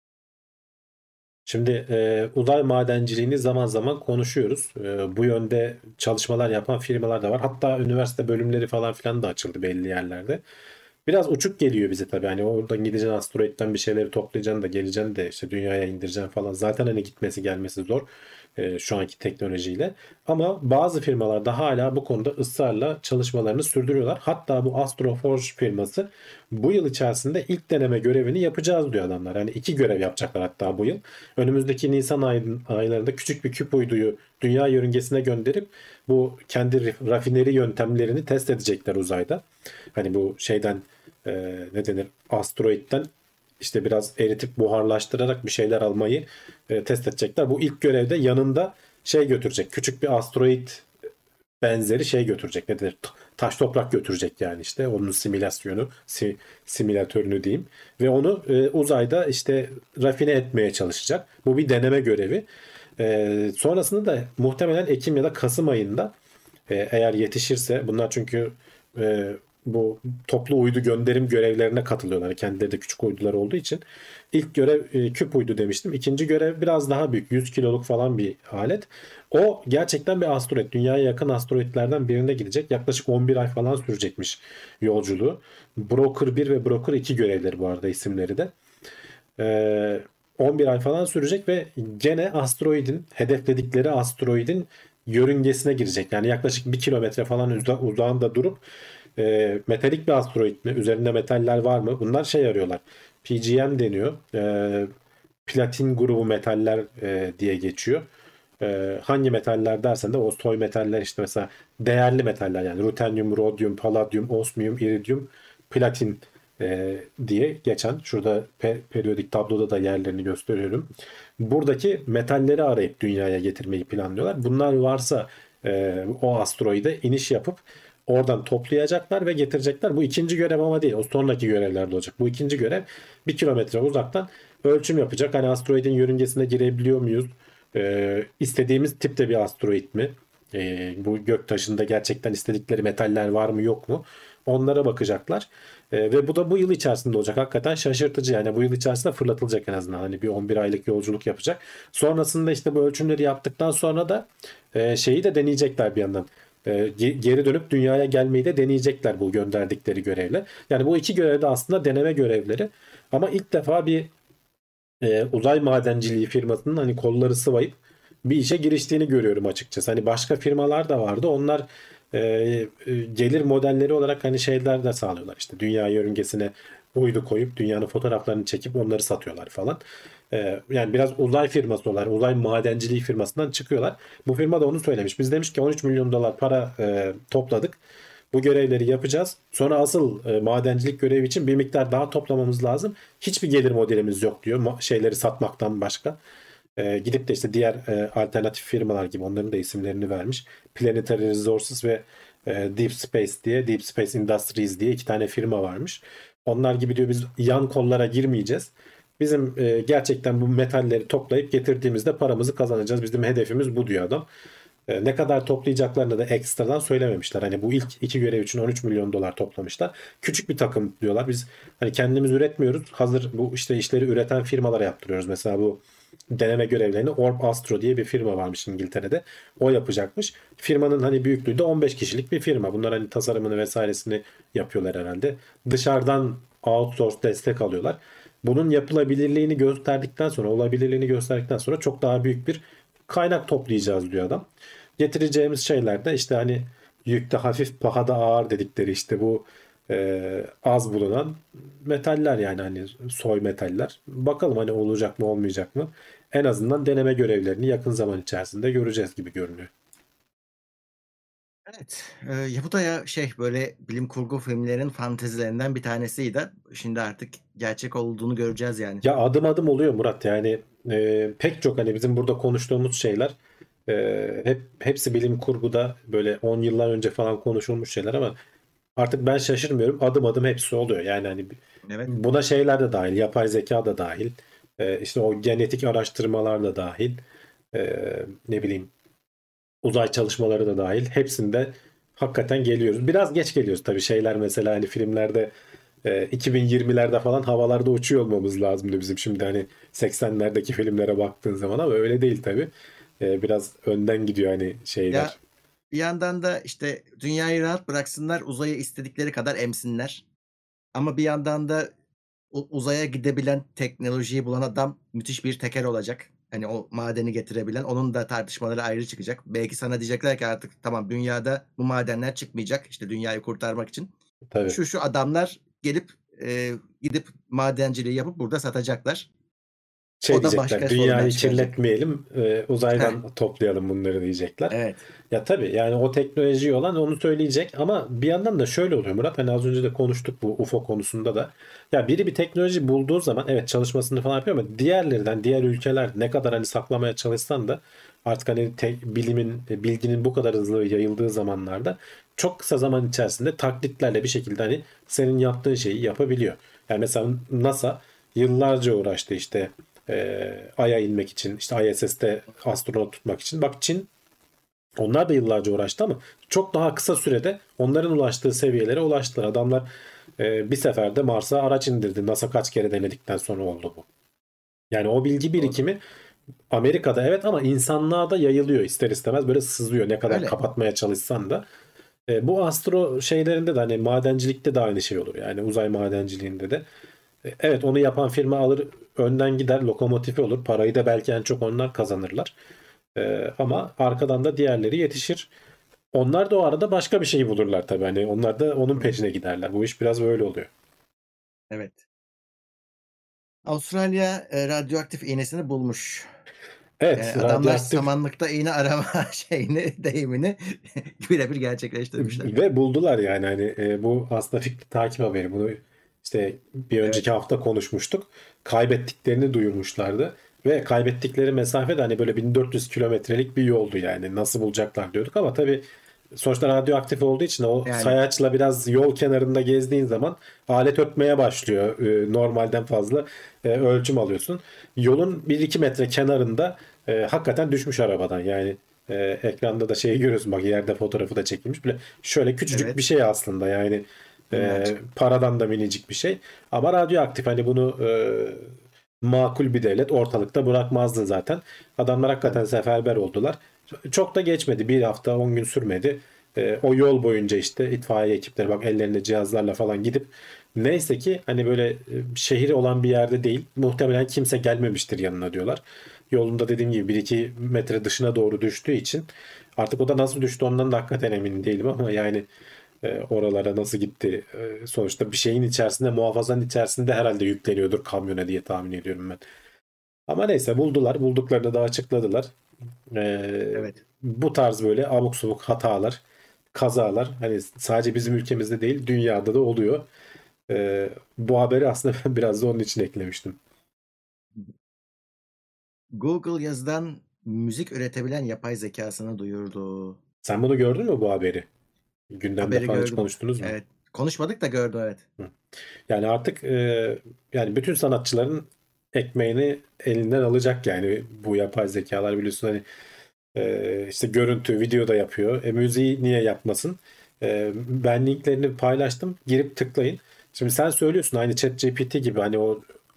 Şimdi e, uzay madenciliğini zaman zaman konuşuyoruz. E, bu yönde çalışmalar yapan firmalar da var. Hatta üniversite bölümleri falan filan da açıldı belli yerlerde. Biraz uçuk geliyor bize tabii. Hani oradan gideceksin asteroitten bir şeyleri toplayacaksın da geleceksin de işte dünyaya indireceksin falan. Zaten hani gitmesi gelmesi zor e, şu anki teknolojiyle. Ama bazı firmalar da hala bu konuda ısrarla çalışmalarını sürdürüyorlar. Hatta bu Astroforge firması bu yıl içerisinde ilk deneme görevini yapacağız diyor adamlar. Yani iki görev yapacaklar hatta bu yıl. Önümüzdeki Nisan ayın- aylarında küçük bir küp uyduyu dünya yörüngesine gönderip bu kendi rafineri yöntemlerini test edecekler uzayda. Hani bu şeyden e, ne denir asteroitten işte biraz eritip buharlaştırarak bir şeyler almayı e, test edecekler. Bu ilk görevde yanında şey götürecek. Küçük bir asteroid benzeri şey götürecek. Ne denir? Taş toprak götürecek yani işte. Onun simülasyonu, si, simülatörünü diyeyim. Ve onu e, uzayda işte rafine etmeye çalışacak. Bu bir deneme görevi. E, sonrasında da muhtemelen Ekim ya da Kasım ayında e, eğer yetişirse bunlar çünkü e, bu toplu uydu gönderim görevlerine katılıyorlar. Kendileri de küçük uydular olduğu için. İlk görev e, küp uydu demiştim. İkinci görev biraz daha büyük. yüz kiloluk falan bir alet. O gerçekten bir asteroid. Dünyaya yakın asteroidlerden birine gidecek. Yaklaşık on bir ay falan sürecekmiş yolculuğu. Broker bir ve Broker iki görevleri bu arada isimleri de. Ee, on bir ay falan sürecek ve gene asteroidin hedefledikleri asteroidin yörüngesine girecek. Yani yaklaşık bir kilometre falan uza- uzağında durup e, metalik bir asteroid mi? Üzerinde metaller var mı? Bunlar şey arıyorlar. P G M deniyor. E, platin grubu metaller e, diye geçiyor. E, hangi metaller dersen de o soy metaller işte mesela değerli metaller yani rutenyum, rodyum, paladyum, osmiyum, iridyum, platin e, diye geçen şurada pe- periyodik tabloda da yerlerini gösteriyorum. Buradaki metalleri arayıp dünyaya getirmeyi planlıyorlar. Bunlar varsa e, o asteroide iniş yapıp oradan toplayacaklar ve getirecekler. Bu ikinci görev ama değil. O sonraki görevlerde olacak. Bu ikinci görev bir kilometre uzaktan ölçüm yapacak. Hani asteroidin yörüngesine girebiliyor muyuz? E, istediğimiz tipte bir asteroid mi? E, bu göktaşında gerçekten istedikleri metaller var mı yok mu? Onlara bakacaklar. E, ve bu da bu yıl içerisinde olacak. Hakikaten şaşırtıcı yani bu yıl içerisinde fırlatılacak en azından. Hani bir on bir aylık yolculuk yapacak. Sonrasında işte bu ölçümleri yaptıktan sonra da e, şeyi de deneyecekler bir yandan. E, ge- geri dönüp dünyaya gelmeyi de deneyecekler bu gönderdikleri görevle. Yani bu iki görev de aslında deneme görevleri. Ama ilk defa bir e, uzay madenciliği firmasının hani kolları sıvayıp bir işe giriştiğini görüyorum açıkçası. Hani başka firmalar da vardı. Onlar e, e, gelir modelleri olarak hani şeyler de sağlıyorlar. İşte dünya yörüngesine uydu koyup dünyanın fotoğraflarını çekip onları satıyorlar falan. E, yani biraz uzay firması olarak, uzay madenciliği firmasından çıkıyorlar. Bu firma da onu söylemiş. Biz demiş ki on üç milyon dolar para e, topladık. Bu görevleri yapacağız. Sonra asıl e, madencilik görevi için bir miktar daha toplamamız lazım. Hiçbir gelir modelimiz yok diyor. Ma- şeyleri satmaktan başka. E, gidip de işte diğer e, alternatif firmalar gibi onların da isimlerini vermiş. Planetary Resources ve e, Deep Space diye, Deep Space Industries diye iki tane firma varmış. Onlar gibi diyor biz yan kollara girmeyeceğiz. Bizim e, gerçekten bu metalleri toplayıp getirdiğimizde paramızı kazanacağız. Bizim hedefimiz bu diyor adam. E, ne kadar toplayacaklarını da ekstradan söylememişler. Hani bu ilk iki görev için on üç milyon dolar toplamışlar. Küçük bir takım diyorlar. Biz hani kendimiz üretmiyoruz. Hazır bu işte işleri üreten firmalara yaptırıyoruz. Mesela bu deneme görevlerini Orb Astro diye bir firma varmış İngiltere'de. O yapacakmış. Firmanın hani büyüklüğü de on beş kişilik bir firma. Bunlar hani tasarımını vesairesini yapıyorlar herhalde. Dışarıdan outsource destek alıyorlar. Bunun yapılabilirliğini gösterdikten sonra, olabilirliğini gösterdikten sonra çok daha büyük bir kaynak toplayacağız diyor adam. Getireceğimiz şeyler de işte hani yükte hafif, pahada ağır dedikleri işte bu e, az bulunan metaller, yani hani soy metaller. Bakalım hani olacak mı olmayacak mı? En azından deneme görevlerini yakın zaman içerisinde göreceğiz gibi görünüyor.
Evet. Eee, ya bu da ya şey böyle bilim kurgu filmlerin fantezilerinden bir tanesiydi. Şimdi artık gerçek olduğunu göreceğiz yani.
Ya adım adım oluyor Murat, yani e, pek çok hani bizim burada konuştuğumuz şeyler e, hep hepsi bilim kurguda böyle on yıllar önce falan konuşulmuş şeyler ama artık ben şaşırmıyorum, adım adım hepsi oluyor. Yani hani
Evet.
buna şeyler de dahil, yapay zeka da dahil, e, işte o genetik araştırmalar da dahil, e, ne bileyim uzay çalışmaları da dahil, hepsinde hakikaten geliyoruz. Biraz geç geliyoruz tabii, şeyler mesela hani filmlerde e, iki bin yirmilerde falan havalarda uçuyor olmamız lazımdı bizim, şimdi hani seksenlerdeki filmlere baktığın zaman, ama öyle değil tabii. E, biraz önden gidiyor hani şeyler.
Ya bir yandan da işte dünyayı rahat bıraksınlar, uzayı istedikleri kadar emsinler. Ama bir yandan da u- uzaya gidebilen teknolojiyi bulan adam müthiş bir teker olacak. Hani o madeni getirebilen, onun da tartışmaları ayrı çıkacak. Belki sana diyecekler ki artık tamam dünyada bu madenler çıkmayacak. İşte dünyayı kurtarmak için.
Tabii.
Şu şu adamlar gelip e, gidip madenciliği yapıp burada satacaklar.
Şey
O da
diyecekler,
başka sorunlar
dünyayı
çıkaracak.
kirletmeyelim, e,
Heh,
uzaydan toplayalım bunları diyecekler.
evet.
Ya tabii yani o teknoloji olan onu söyleyecek, ama bir yandan da şöyle oluyor Murat, hani az önce de konuştuk bu U F O konusunda da. Ya biri bir teknoloji bulduğu zaman evet çalışmasını falan yapıyor, ama diğerlerinden, diğer ülkeler ne kadar hani saklamaya çalışsan da artık hani te- bilimin, bilginin bu kadar hızlı yayıldığı zamanlarda çok kısa zaman içerisinde taklitlerle bir şekilde hani senin yaptığın şeyi yapabiliyor. Yani mesela NASA yıllarca uğraştı işte e, Ay'a inmek için, işte I S S'te astronot tutmak için. Bak Çin, onlar da yıllarca uğraştı ama çok daha kısa sürede onların ulaştığı seviyelere ulaştılar. Adamlar e, bir seferde Mars'a araç indirdi. NASA kaç kere denedikten sonra oldu bu. Yani o bilgi
Doğru.
birikimi Amerika'da evet, ama insanlığa da yayılıyor ister istemez, böyle sızıyor ne kadar
Öyle.
kapatmaya çalışsan da. E, bu astro şeylerinde de hani madencilikte de aynı şey olur. Yani uzay madenciliğinde de. E, evet, onu yapan firma alır önden gider, lokomotifi olur. Parayı da belki en çok onlar kazanırlar. E, ama arkadan da diğerleri yetişir. Onlar da o arada başka bir şey bulurlar tabii. Hani onlar da onun
Hı,
peşine giderler. Bu iş biraz böyle oluyor.
evet. Avustralya e, radyoaktif iğnesini bulmuş. Yani
Evet,
adamlar
radyoaktif
samanlıkta iğne arama şeyini, deyimini birebir gerçekleştirmişler.
ve buldular yani hani e, bu aslında fikri takip haberi. Bunu işte bir önceki
Evet.
hafta konuşmuştuk. Kaybettiklerini duyurmuşlardı ve kaybettikleri mesafe de hani böyle bin dört yüz kilometrelik bir yoldu, yani nasıl bulacaklar diyorduk, ama tabii sonuçta radyoaktif olduğu için o
Yani
sayaçla biraz yol kenarında gezdiğin zaman alet ötmeye başlıyor. E, normalden fazla e, ölçüm alıyorsun. Yolun bir iki metre kenarında e, hakikaten düşmüş arabadan, yani e, ekranda da şeyi görüyorsun, bak yerde fotoğrafı da çekilmiş. Bile şöyle küçücük bir
evet,
şey aslında, yani e,
minnacık.
paradan da minicik bir şey. Ama radyoaktif, hani bunu e, makul bir devlet ortalıkta bırakmazdı zaten. Adamlar hakikaten
Tabii.
seferber oldular. Çok da geçmedi. Bir hafta on gün sürmedi. E, o yol boyunca işte itfaiye ekipleri bak ellerinde cihazlarla falan gidip, neyse ki hani böyle e, şehir olan bir yerde değil. Muhtemelen kimse gelmemiştir yanına diyorlar. Yolunda dediğim gibi bir iki metre dışına doğru düştüğü için artık o da nasıl düştü ondan da hakikaten emin değilim, ama yani e, oralara nasıl gitti? E, sonuçta bir şeyin içerisinde, muhafazanın içerisinde herhalde yükleniyordur kamyona diye tahmin ediyorum ben. Ama neyse, buldular. Bulduklarını da açıkladılar. E,
Evet.
bu tarz böyle abuk subuk hatalar, kazalar hani sadece bizim ülkemizde değil dünyada da oluyor. E, bu haberi aslında ben biraz da onun için eklemiştim.
Google yazıdan müzik üretebilen yapay zekasını duyurdu.
Sen bunu gördün mü, bu haberi? Gündemde
Haberi
falan hiç
gördüm.
konuştunuz mu?
Evet. Konuşmadık da gördüm, evet.
Hı. Yani artık e, yani bütün sanatçıların ekmeğini elinden alacak yani bu yapay zekalar, biliyorsun hani E, işte görüntü, video da yapıyor. E, müziği niye yapmasın? E, ben linklerini paylaştım. Girip tıklayın. Şimdi sen söylüyorsun aynı ChatGPT gibi hani o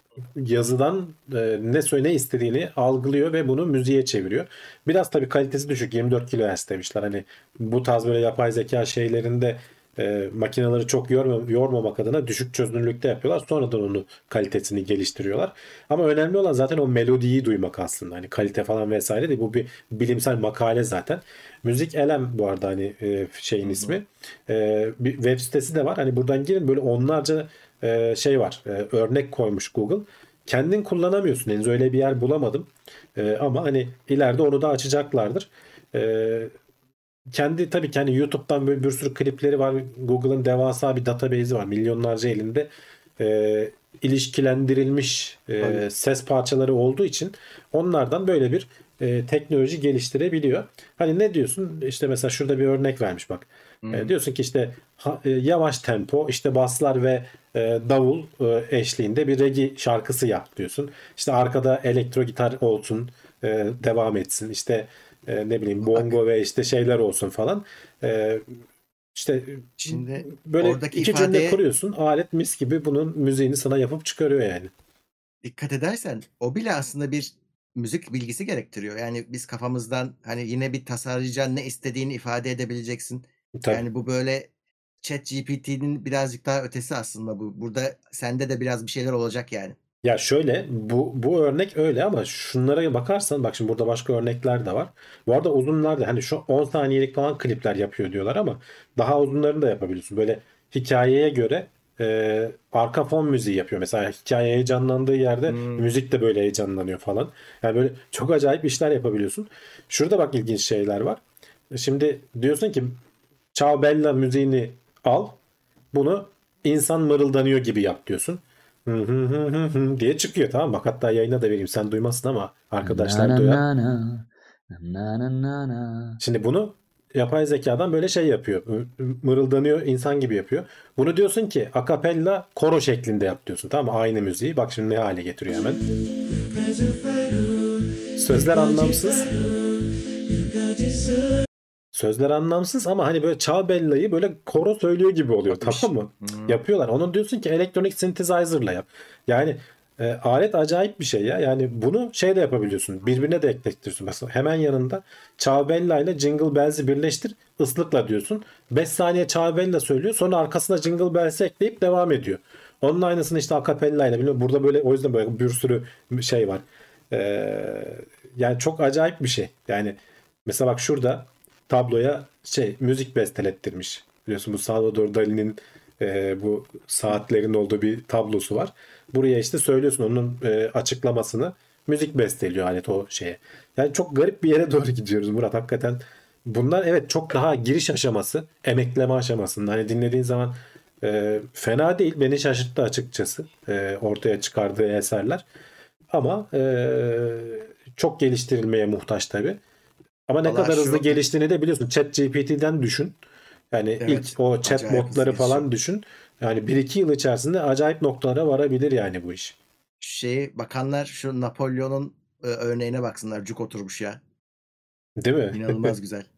yazıdan e, ne söyle ne istediğini algılıyor ve bunu müziğe çeviriyor. Biraz tabii kalitesi düşük. yirmi dört kilohertz demişler. Hani bu tarz böyle yapay zeka şeylerinde e, makineleri çok yorma, yormamak adına düşük çözünürlükte yapıyorlar. Sonradan onu kalitesini geliştiriyorlar. Ama önemli olan zaten o melodiyi duymak aslında. Hani kalite falan vesaire değil. Bu bir bilimsel makale zaten. Müzik Elem bu arada hani e, şeyin
Hı hı.
ismi. E, bir web sitesi de var. Hani buradan girin böyle onlarca e, şey var. E, örnek koymuş Google. Kendin kullanamıyorsun. Henüz öyle bir yer bulamadım. E, ama hani ileride onu da açacaklardır. E, kendi tabii ki hani YouTube'dan böyle bir sürü klipleri var. Google'ın devasa bir database'i var. Milyonlarca elinde e, ilişkilendirilmiş e,
Tabii.
ses parçaları olduğu için onlardan böyle bir e, teknoloji geliştirebiliyor. Hani ne diyorsun? İşte mesela şurada bir örnek vermiş bak.
Hı
E,
hı.
diyorsun ki işte ha- e, yavaş tempo, işte baslar ve e, davul e, eşliğinde bir reggae şarkısı yap diyorsun. İşte arkada elektro gitar olsun, e, devam etsin. İşte e, ne bileyim
Bak
bongo ve işte şeyler olsun falan. E, işte
şimdi
böyle
oradaki
iki cümle
ifadeye
kuruyorsun. Alet mis gibi bunun müziğini sana yapıp çıkarıyor yani.
dikkat edersen o bile aslında bir müzik bilgisi gerektiriyor. Yani biz kafamızdan hani yine bir tasarlayacaksın, ne istediğini ifade edebileceksin.
Tabii.
Yani bu böyle ChatGPT'nin birazcık daha ötesi aslında bu. Burada sende de biraz bir şeyler olacak yani.
Ya şöyle bu bu örnek öyle ama şunlara bakarsan bak şimdi burada başka örnekler de var. Bu arada uzunlar da hani şu on saniyelik falan klipler yapıyor diyorlar ama daha uzunlarını da yapabiliyorsun. Böyle hikayeye göre e, arka fon müziği yapıyor. Mesela hikaye heyecanlandığı yerde
Hmm.
müzik de böyle heyecanlanıyor falan. Yani böyle çok acayip işler yapabiliyorsun. Şurada bak ilginç şeyler var. Şimdi diyorsun ki Ciao Bella müziğini al. Bunu insan mırıldanıyor gibi yap diyorsun. Hı hı hı hı hı diye çıkıyor, tamam bak hatta yayına da vereyim sen duymazsın ama
Na
arkadaşlar
na
duyar.
na na. Na na na na.
Şimdi bunu yapay zekadan böyle şey yapıyor. Mırıldanıyor insan gibi yapıyor. Bunu diyorsun ki akapella koro şeklinde yap diyorsun, tamam mı? Aynı müziği bak şimdi ne hale getiriyor hemen. Sözler anlamsız. Sözler anlamsız ama hani böyle Ciao böyle koro söylüyor gibi oluyor,
Yapmış.
tamam mı?
Hmm.
Yapıyorlar. Onun diyorsun ki elektronik synthesizer'la yap. Yani e, alet acayip bir şey ya. Yani bunu şey de yapabiliyorsun. Birbirine de eklettiriyorsun. Mesela hemen yanında Ciao ile Jingle Bells'i birleştir. Islıkla diyorsun. beş saniye Ciao söylüyor. Sonra arkasına Jingle Bells'i ekleyip devam ediyor. Onun aynısını işte acapella ile biliyorum. Burada böyle o yüzden böyle bir sürü şey var. Ee, yani çok acayip bir şey. Yani mesela bak şurada tabloya şey müzik bestelettirmiş. Biliyorsun bu Salvador Dali'nin e, bu saatlerin olduğu bir tablosu var. Buraya işte söylüyorsun onun e, açıklamasını, müzik besteliyor alet o şeye. Yani çok garip bir yere doğru gidiyoruz Murat hakikaten. Bunlar evet çok daha giriş aşaması, emekleme aşamasında. Hani dinlediğin zaman e, fena değil. Beni şaşırttı açıkçası e, ortaya çıkardığı eserler. Ama e, çok geliştirilmeye muhtaç tabii. Ama ne
Valla
kadar hızlı
şu
geliştiğini de biliyorsun. ChatGPT'den düşün. Yani ilk
evet
o
acayip hızlı
chatbotları
geçiyor.
falan düşün. Yani bir iki yıl içerisinde acayip noktalara varabilir yani bu iş.
Şeyi bakanlar şu Napolyon'un e, örneğine baksınlar. Cuk oturmuş ya.
Değil mi?
İnanılmaz güzel.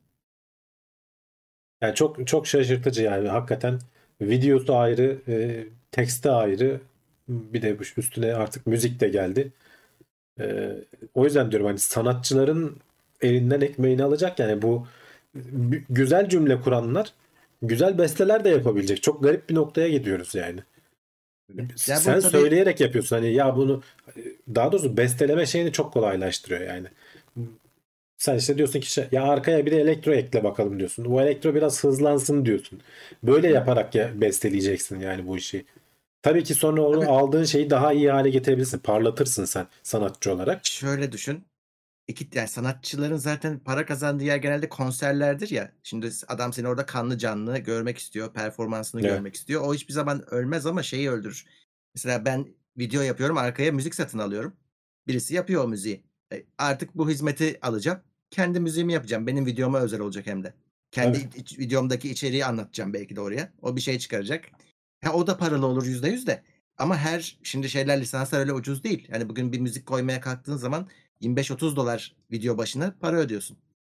Yani çok çok şaşırtıcı yani hakikaten videosu ayrı, e, teksti ayrı. Bir de bu üstüne artık müzik de geldi. E, o yüzden diyorum hani sanatçıların elinden ekmeğini alacak yani bu b- güzel cümle kuranlar güzel besteler de yapabilecek. Çok garip bir noktaya gidiyoruz yani.
Öyle. Ya bu
Sen
tabii
söyleyerek yapıyorsun hani ya bunu, daha doğrusu besteleme şeyini çok kolaylaştırıyor yani. Sen işte diyorsun ki şey, ya arkaya bir de elektro ekle bakalım diyorsun. O elektro biraz hızlansın diyorsun. Böyle
hı.
yaparak ya besteleyeceksin yani bu işi. Tabii ki sonra onu
Tabii
aldığın şeyi daha iyi hale getirebilirsin. Parlatırsın sen sanatçı olarak.
şöyle düşün. İki, yani sanatçıların zaten para kazandığı yer genelde konserlerdir ya. Şimdi adam seni orada kanlı canlı görmek istiyor, performansını
Evet.
görmek istiyor. O hiçbir zaman ölmez ama şeyi öldürür. Mesela ben video yapıyorum, arkaya müzik satın alıyorum. Birisi yapıyor o müziği. E, artık bu hizmeti alacağım. Kendi müziğimi yapacağım. Benim videoma özel olacak hem de. Kendi
Tabii.
iç- videomdaki içeriği anlatacağım belki de oraya. O bir şey çıkaracak. Ha, o da paralı olur yüzde yüz de. Ama her şimdi şeyler lisanslar öyle ucuz değil. Yani bugün bir müzik koymaya kalktığın zaman yirmi beş otuz dolar video başına para ödüyorsun.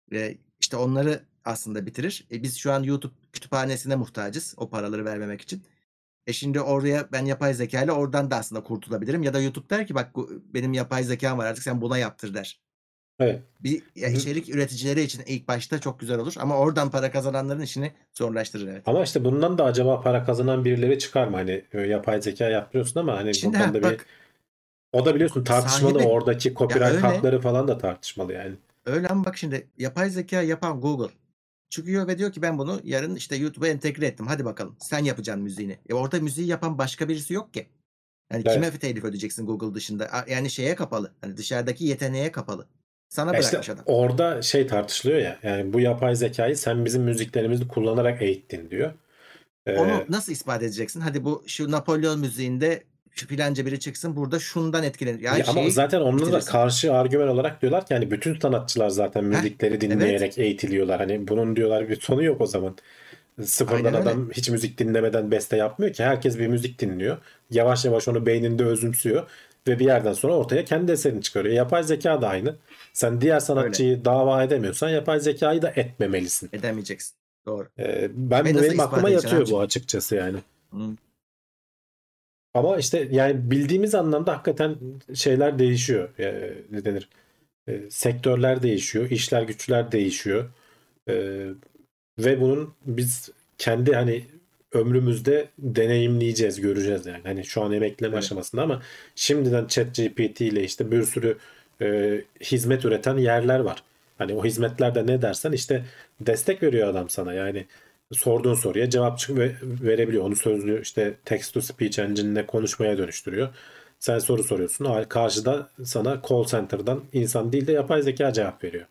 E, işte onları aslında bitirir. E, biz şu an YouTube kütüphanesine muhtacız o paraları vermemek için. E şimdi oraya ben yapay zeka ile oradan da aslında kurtulabilirim. Ya da YouTube der ki bak benim yapay zekam var artık sen buna yaptır der.
Evet.
Bir ya içerik üreticileri için ilk başta çok güzel olur ama oradan para kazananların işini zorlaştırır, evet.
Ama işte bundan da acaba para kazanan birileri çıkar mı? Hani yapay zeka yapıyorsun ama hani
Şimdi
buradan
ha,
da bir
bak
o da biliyorsun tartışmalı,
sahibi
oradaki
ya
copyright
öyle
hakları falan da tartışmalı yani.
öyle ama bak şimdi yapay zeka yapan Google çıkıyor ve diyor ki ben bunu yarın işte YouTube'a entegre ettim. Hadi bakalım sen yapacaksın müziğini. E orada müziği yapan başka birisi yok ki. Yani kime
Evet.
telif ödeyeceksin Google dışında? A- Yani şeye kapalı. Hani dışarıdaki yeteneğe kapalı. Sana
Ya işte
bırakmış adam.
orada şey tartışılıyor ya. Yani bu yapay zekayı sen bizim müziklerimizi kullanarak eğittin diyor.
Onu
Ee,
nasıl ispat edeceksin? Hadi bu şu Napolyon müziğinde şu filanca biri çıksın burada şundan etkilenir. Ya
ya ama
şeyi
zaten onunla da
bitirirsin.
karşı argüman olarak diyorlar ki hani bütün sanatçılar zaten
Heh,
müzikleri
evet.
dinleyerek eğitiliyorlar. Hani bunun diyorlar bir sonu yok o zaman. Sıfırdan
Aynen öyle.
adam hiç müzik dinlemeden beste yapmıyor ki. Herkes bir müzik dinliyor. Yavaş yavaş onu beyninde özümsüyor. Ve bir yerden sonra ortaya kendi eserini çıkarıyor. Yapay zeka da aynı. Sen diğer
Öyle.
sanatçıyı dava edemiyorsan yapay zekayı da etmemelisin.
Edemeyeceksin. Doğru.
Ee, ben
Ve
bu
nasıl
benim
ispat
aklıma
edeceksin
yatıyor
abicim?
bu açıkçası yani.
Hı.
Ama işte yani bildiğimiz anlamda hakikaten şeyler değişiyor. Ee, ne denir? Ee, sektörler değişiyor, işler güçler değişiyor. Ee, ve bunun biz kendi hani ömrümüzde deneyimleyeceğiz, göreceğiz yani. Hani şu an emekleme
Öyle.
aşamasında ama şimdiden ChatGPT ile işte bir sürü e, hizmet üreten yerler var. Hani o hizmetlerde ne dersen işte destek veriyor adam sana. Yani sorduğun soruya cevap çık ve verebiliyor. Onu sözlü işte text to speech engine'ine konuşmaya dönüştürüyor. Sen soru soruyorsun. Karşıda sana call center'dan insan değil de yapay zeka cevap veriyor.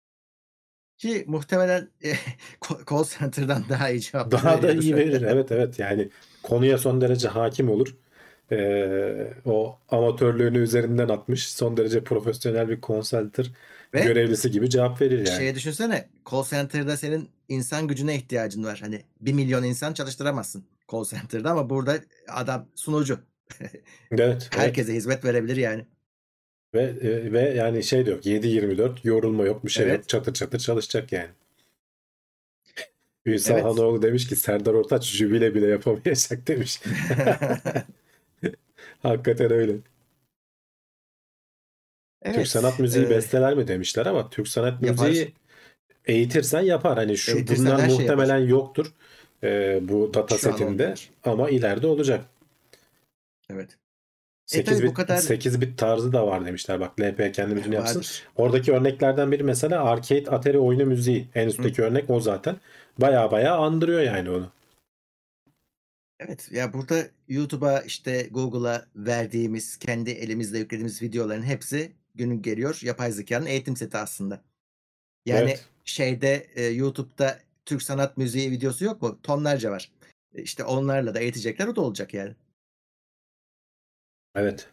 Ki muhtemelen e, call center'dan daha iyi cevaplar
Daha da
veriyordur.
iyi verir. Evet evet yani konuya son derece hakim olur. Ee, o amatörlüğünü üzerinden atmış. Son derece profesyonel bir call center
Ve
görevlisi gibi cevap verir yani.
şeye düşünsene call center'da senin insan gücüne ihtiyacın var. Hani bir milyon insan çalıştıramazsın call center'da ama burada adam sunucu.
Evet evet
Herkese hizmet verebilir yani.
ve e, ve yani şey de yok yedi yirmi dört yorulma yok bir şey yok
Evet.
çatır çatır çalışacak yani. Ünsal
Evet.
Hanoğlu demiş ki Serdar Ortaç jübile bile yapamayacak demiş. Hakikaten öyle. Türk sanat
Evet.
müziği
E,
besteler mi demişler ama Türk sanat
yapar.
müziği eğitirsen yapar. Hani şu
Eğitirsen
bunlar
her şey yapar.
muhtemelen yoktur e, bu data
Şu an
setinde
olmuyor.
ama ileride olacak.
Evet. E
sekiz
tabii bu
bit
kadar
sekiz bit tarzı da var demişler. Bak L P kendi müziğini yapsın.
vardır.
Oradaki örneklerden biri mesela Arcade Atari oyunu müziği. En
Hı.
üstteki örnek o zaten. Baya baya andırıyor yani onu.
Evet ya burada YouTube'a işte Google'a verdiğimiz kendi elimizle yüklediğimiz videoların hepsi günün geliyor yapay zekanın eğitim seti aslında. Yani
Evet.
şeyde e, YouTube'da Türk sanat müziği videosu yok mu? Tonlarca var. E, İşte onlarla da eğitecekler o da olacak yani.
Evet.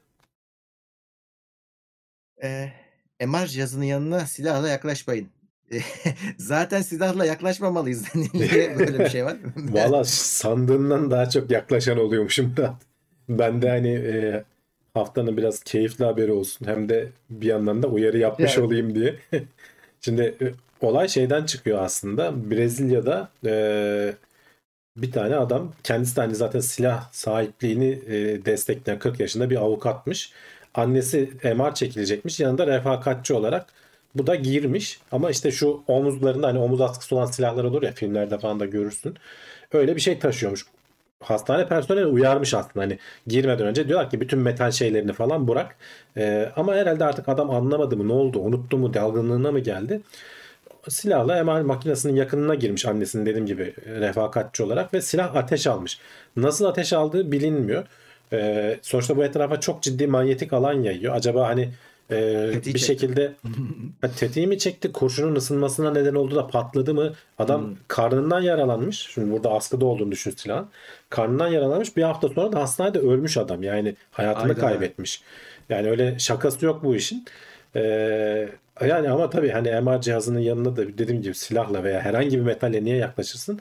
E, M R cihazının yanına silahla yaklaşmayın. E, Zaten silahla yaklaşmamalıyız. Niye böyle bir şey var?
Valla sandığından daha çok yaklaşan oluyormuşum da. Ben de hani e, haftanın biraz keyifli haberi olsun. Hem de bir yandan da uyarı yapmış
Evet.
olayım diye. Şimdi e, olay şeyden çıkıyor aslında. Brezilya'da e, bir tane adam kendisi de hani zaten silah sahipliğini e, destekleyen kırk yaşında bir avukatmış. Annesi M R çekilecekmiş. Yanında refakatçi olarak bu da girmiş. Ama işte şu omuzlarında hani omuz askısı olan silahlar olur ya filmlerde falan da görürsün. Öyle bir şey taşıyormuş. Hastane personeli uyarmış aslında hani girmeden önce diyorlar ki bütün metal şeylerini falan bırak. Ee, ama herhalde artık adam anlamadı mı ne oldu unuttu mu dalgınlığına mı geldi? Silahla M R makinesinin yakınına girmiş annesinin dediğim gibi refakatçi olarak ve silah ateş almış. Nasıl ateş aldığı bilinmiyor. Ee, sonuçta bu etrafa çok ciddi manyetik alan yayıyor. Acaba hani e,
Tetiği
bir
çekti.
şekilde ha, tetiği mi çekti, kurşunun ısınmasına neden oldu da patladı mı? Adam
Hmm.
karnından yaralanmış. Şimdi burada askıda olduğunu düşün silahın. Karnından yaralanmış. Bir hafta sonra da hastanede ölmüş adam. Yani hayatını
Ayda.
kaybetmiş. Yani öyle şakası yok bu işin. Ee, yani ama tabii hani M R cihazının yanına da dediğim gibi silahla veya herhangi bir metalle niye yaklaşırsın?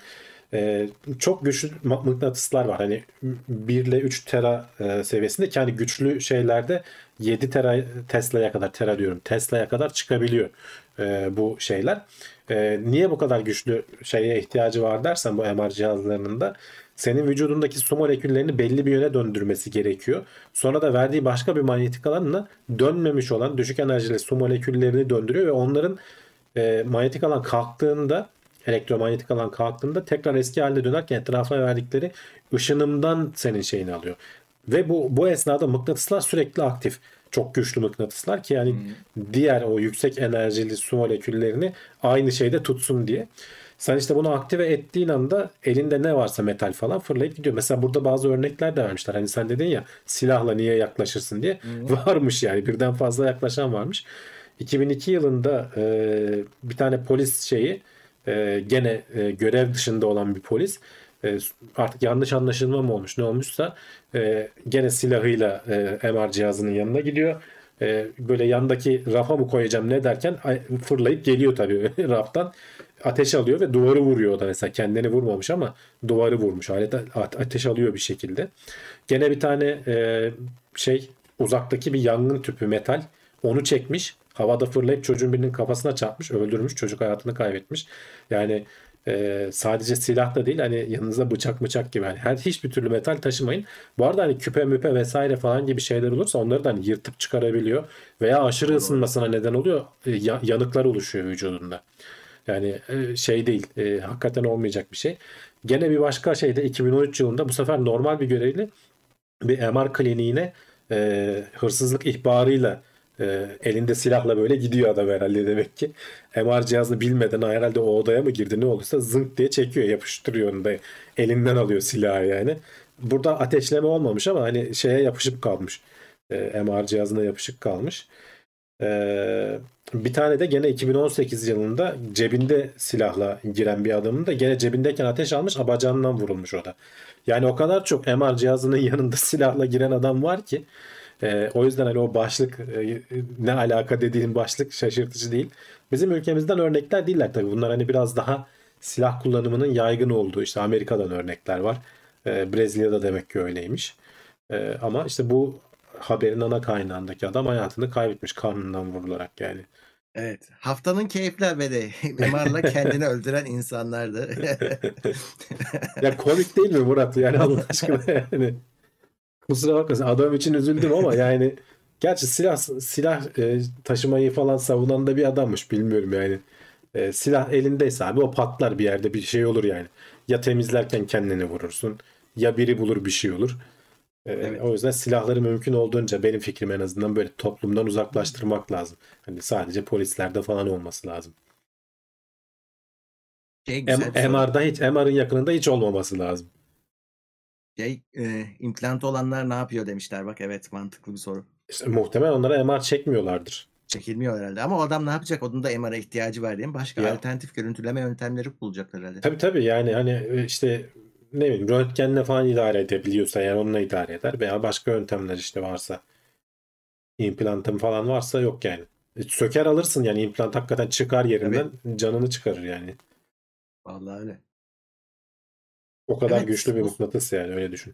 e, çok güçlü ma- mıknatıslar var. Hani bir ile üç tera e, seviyesinde ki hani güçlü şeylerde yedi tera Tesla'ya kadar tera diyorum Tesla'ya kadar çıkabiliyor e, bu şeyler. E, niye bu kadar güçlü şeye ihtiyacı var dersen bu M R cihazlarının da senin vücudundaki su moleküllerini belli bir yöne döndürmesi gerekiyor. Sonra da verdiği başka bir manyetik alanla dönmemiş olan düşük enerjili su moleküllerini döndürüyor ve onların e, manyetik alan kalktığında elektromanyetik alan kalktığında tekrar eski haline dönerken etrafına verdikleri ışınımdan senin şeyini alıyor. Ve bu bu esnada mıknatıslar sürekli aktif. Çok güçlü mıknatıslar ki yani
Hmm.
diğer o yüksek enerjili su moleküllerini aynı şeyde tutsun diye. Sen işte bunu aktive ettiğin anda elinde ne varsa metal falan fırlayıp gidiyor. Mesela burada bazı örnekler de vermişler. Hani sen dedin ya silahla niye yaklaşırsın diye.
Hmm.
Varmış yani birden fazla yaklaşan varmış. iki bin iki yılında e, bir tane polis şeyi e, gene e, görev dışında olan bir polis e, artık yanlış anlaşılma mı olmuş ne olmuşsa e, gene silahıyla e, M R cihazının yanına gidiyor. E, böyle yandaki rafa mı koyacağım ne derken ay- fırlayıp geliyor tabii raftan. Ateş alıyor ve duvarı vuruyor o da mesela kendini vurmamış ama duvarı vurmuş. Alet ateş alıyor bir şekilde. Gene bir tane e, şey uzaktaki bir yangın tüpü metal onu çekmiş. Havada fırlayıp çocuğun birinin kafasına çarpmış, öldürmüş. Çocuk hayatını kaybetmiş. Yani e, sadece silah da değil hani yanınıza bıçak bıçak gibi. Yani her hiçbir türlü metal taşımayın. Bu arada hani küpe müpe vesaire falan gibi şeyler olursa onları da hani yırtıp çıkarabiliyor. Veya aşırı
Doğru doğru.
ısınmasına neden oluyor. E, ya- yanıklar oluşuyor vücudunda. Yani e, şey değil. E, hakikaten olmayacak bir şey. Gene bir başka şeyde iki bin on üç yılında bu sefer normal bir görevli bir M R kliniğine e, hırsızlık ihbarıyla e, elinde silahla böyle gidiyor adam herhalde demek ki. M R cihazını bilmeden herhalde o odaya mı girdi ne olursa zınk diye çekiyor yapıştırıyor onu da elinden alıyor silahı yani. Burada ateşleme olmamış ama hani şeye yapışıp kalmış. E, M R cihazına yapışık kalmış. Ee, bir tane de gene iki bin on sekiz yılında cebinde silahla giren bir adamın da gene cebindeyken ateş almış abacağından vurulmuş o da. Yani o kadar çok M R cihazının yanında silahla giren adam var ki e, o yüzden hani o başlık e, ne alaka dediğin başlık şaşırtıcı değil. Bizim ülkemizden örnekler değiller tabii. Bunlar hani biraz daha silah kullanımının yaygın olduğu işte Amerika'dan örnekler var. E, Brezilya'da demek ki öyleymiş. E, ama işte bu haberin ana kaynağındaki adam hayatını kaybetmiş karnından vurularak yani.
Evet. Haftanın keyifli haberi. M R'la kendini öldüren insanlardı.
Ya komik değil mi Murat? Yani Allah aşkına yani. Kusura bakmasın adam için üzüldüm ama yani gerçi silah silah e, taşımayı falan savunan da bir adammış bilmiyorum yani. E, silah elindeyse abi o patlar bir yerde bir şey olur yani. Ya temizlerken kendini vurursun ya biri bulur bir şey olur. E,
Evet.
o yüzden silahları mümkün olduğunca benim fikrim en azından böyle toplumdan uzaklaştırmak lazım. Hani sadece polislerde falan olması lazım.
Şey
M-
güzel bir soru.
MR'da hiç M R'ın yakınında hiç olmaması lazım.
Şey, e, implantı olanlar ne yapıyor demişler. Bak evet mantıklı bir soru.
İşte muhtemelen onlara M R çekmiyorlardır.
Çekilmiyor herhalde. Ama o adam ne yapacak? Onun da M R'a ihtiyacı var diye mi? Başka
Ya
alternatif görüntüleme yöntemleri bulacak herhalde.
tabii tabii yani hani e, işte ne bileyim röntgenle falan idare edebiliyorsa yani onunla idare eder veya başka yöntemler işte varsa implantın falan varsa yok yani. E, Söker alırsın yani implant hakikaten çıkar
Tabii.
yerinden canını çıkarır yani.
Vallahi öyle.
O kadar
Evet.
güçlü bir
Bu
mıknatıs yani öyle düşün.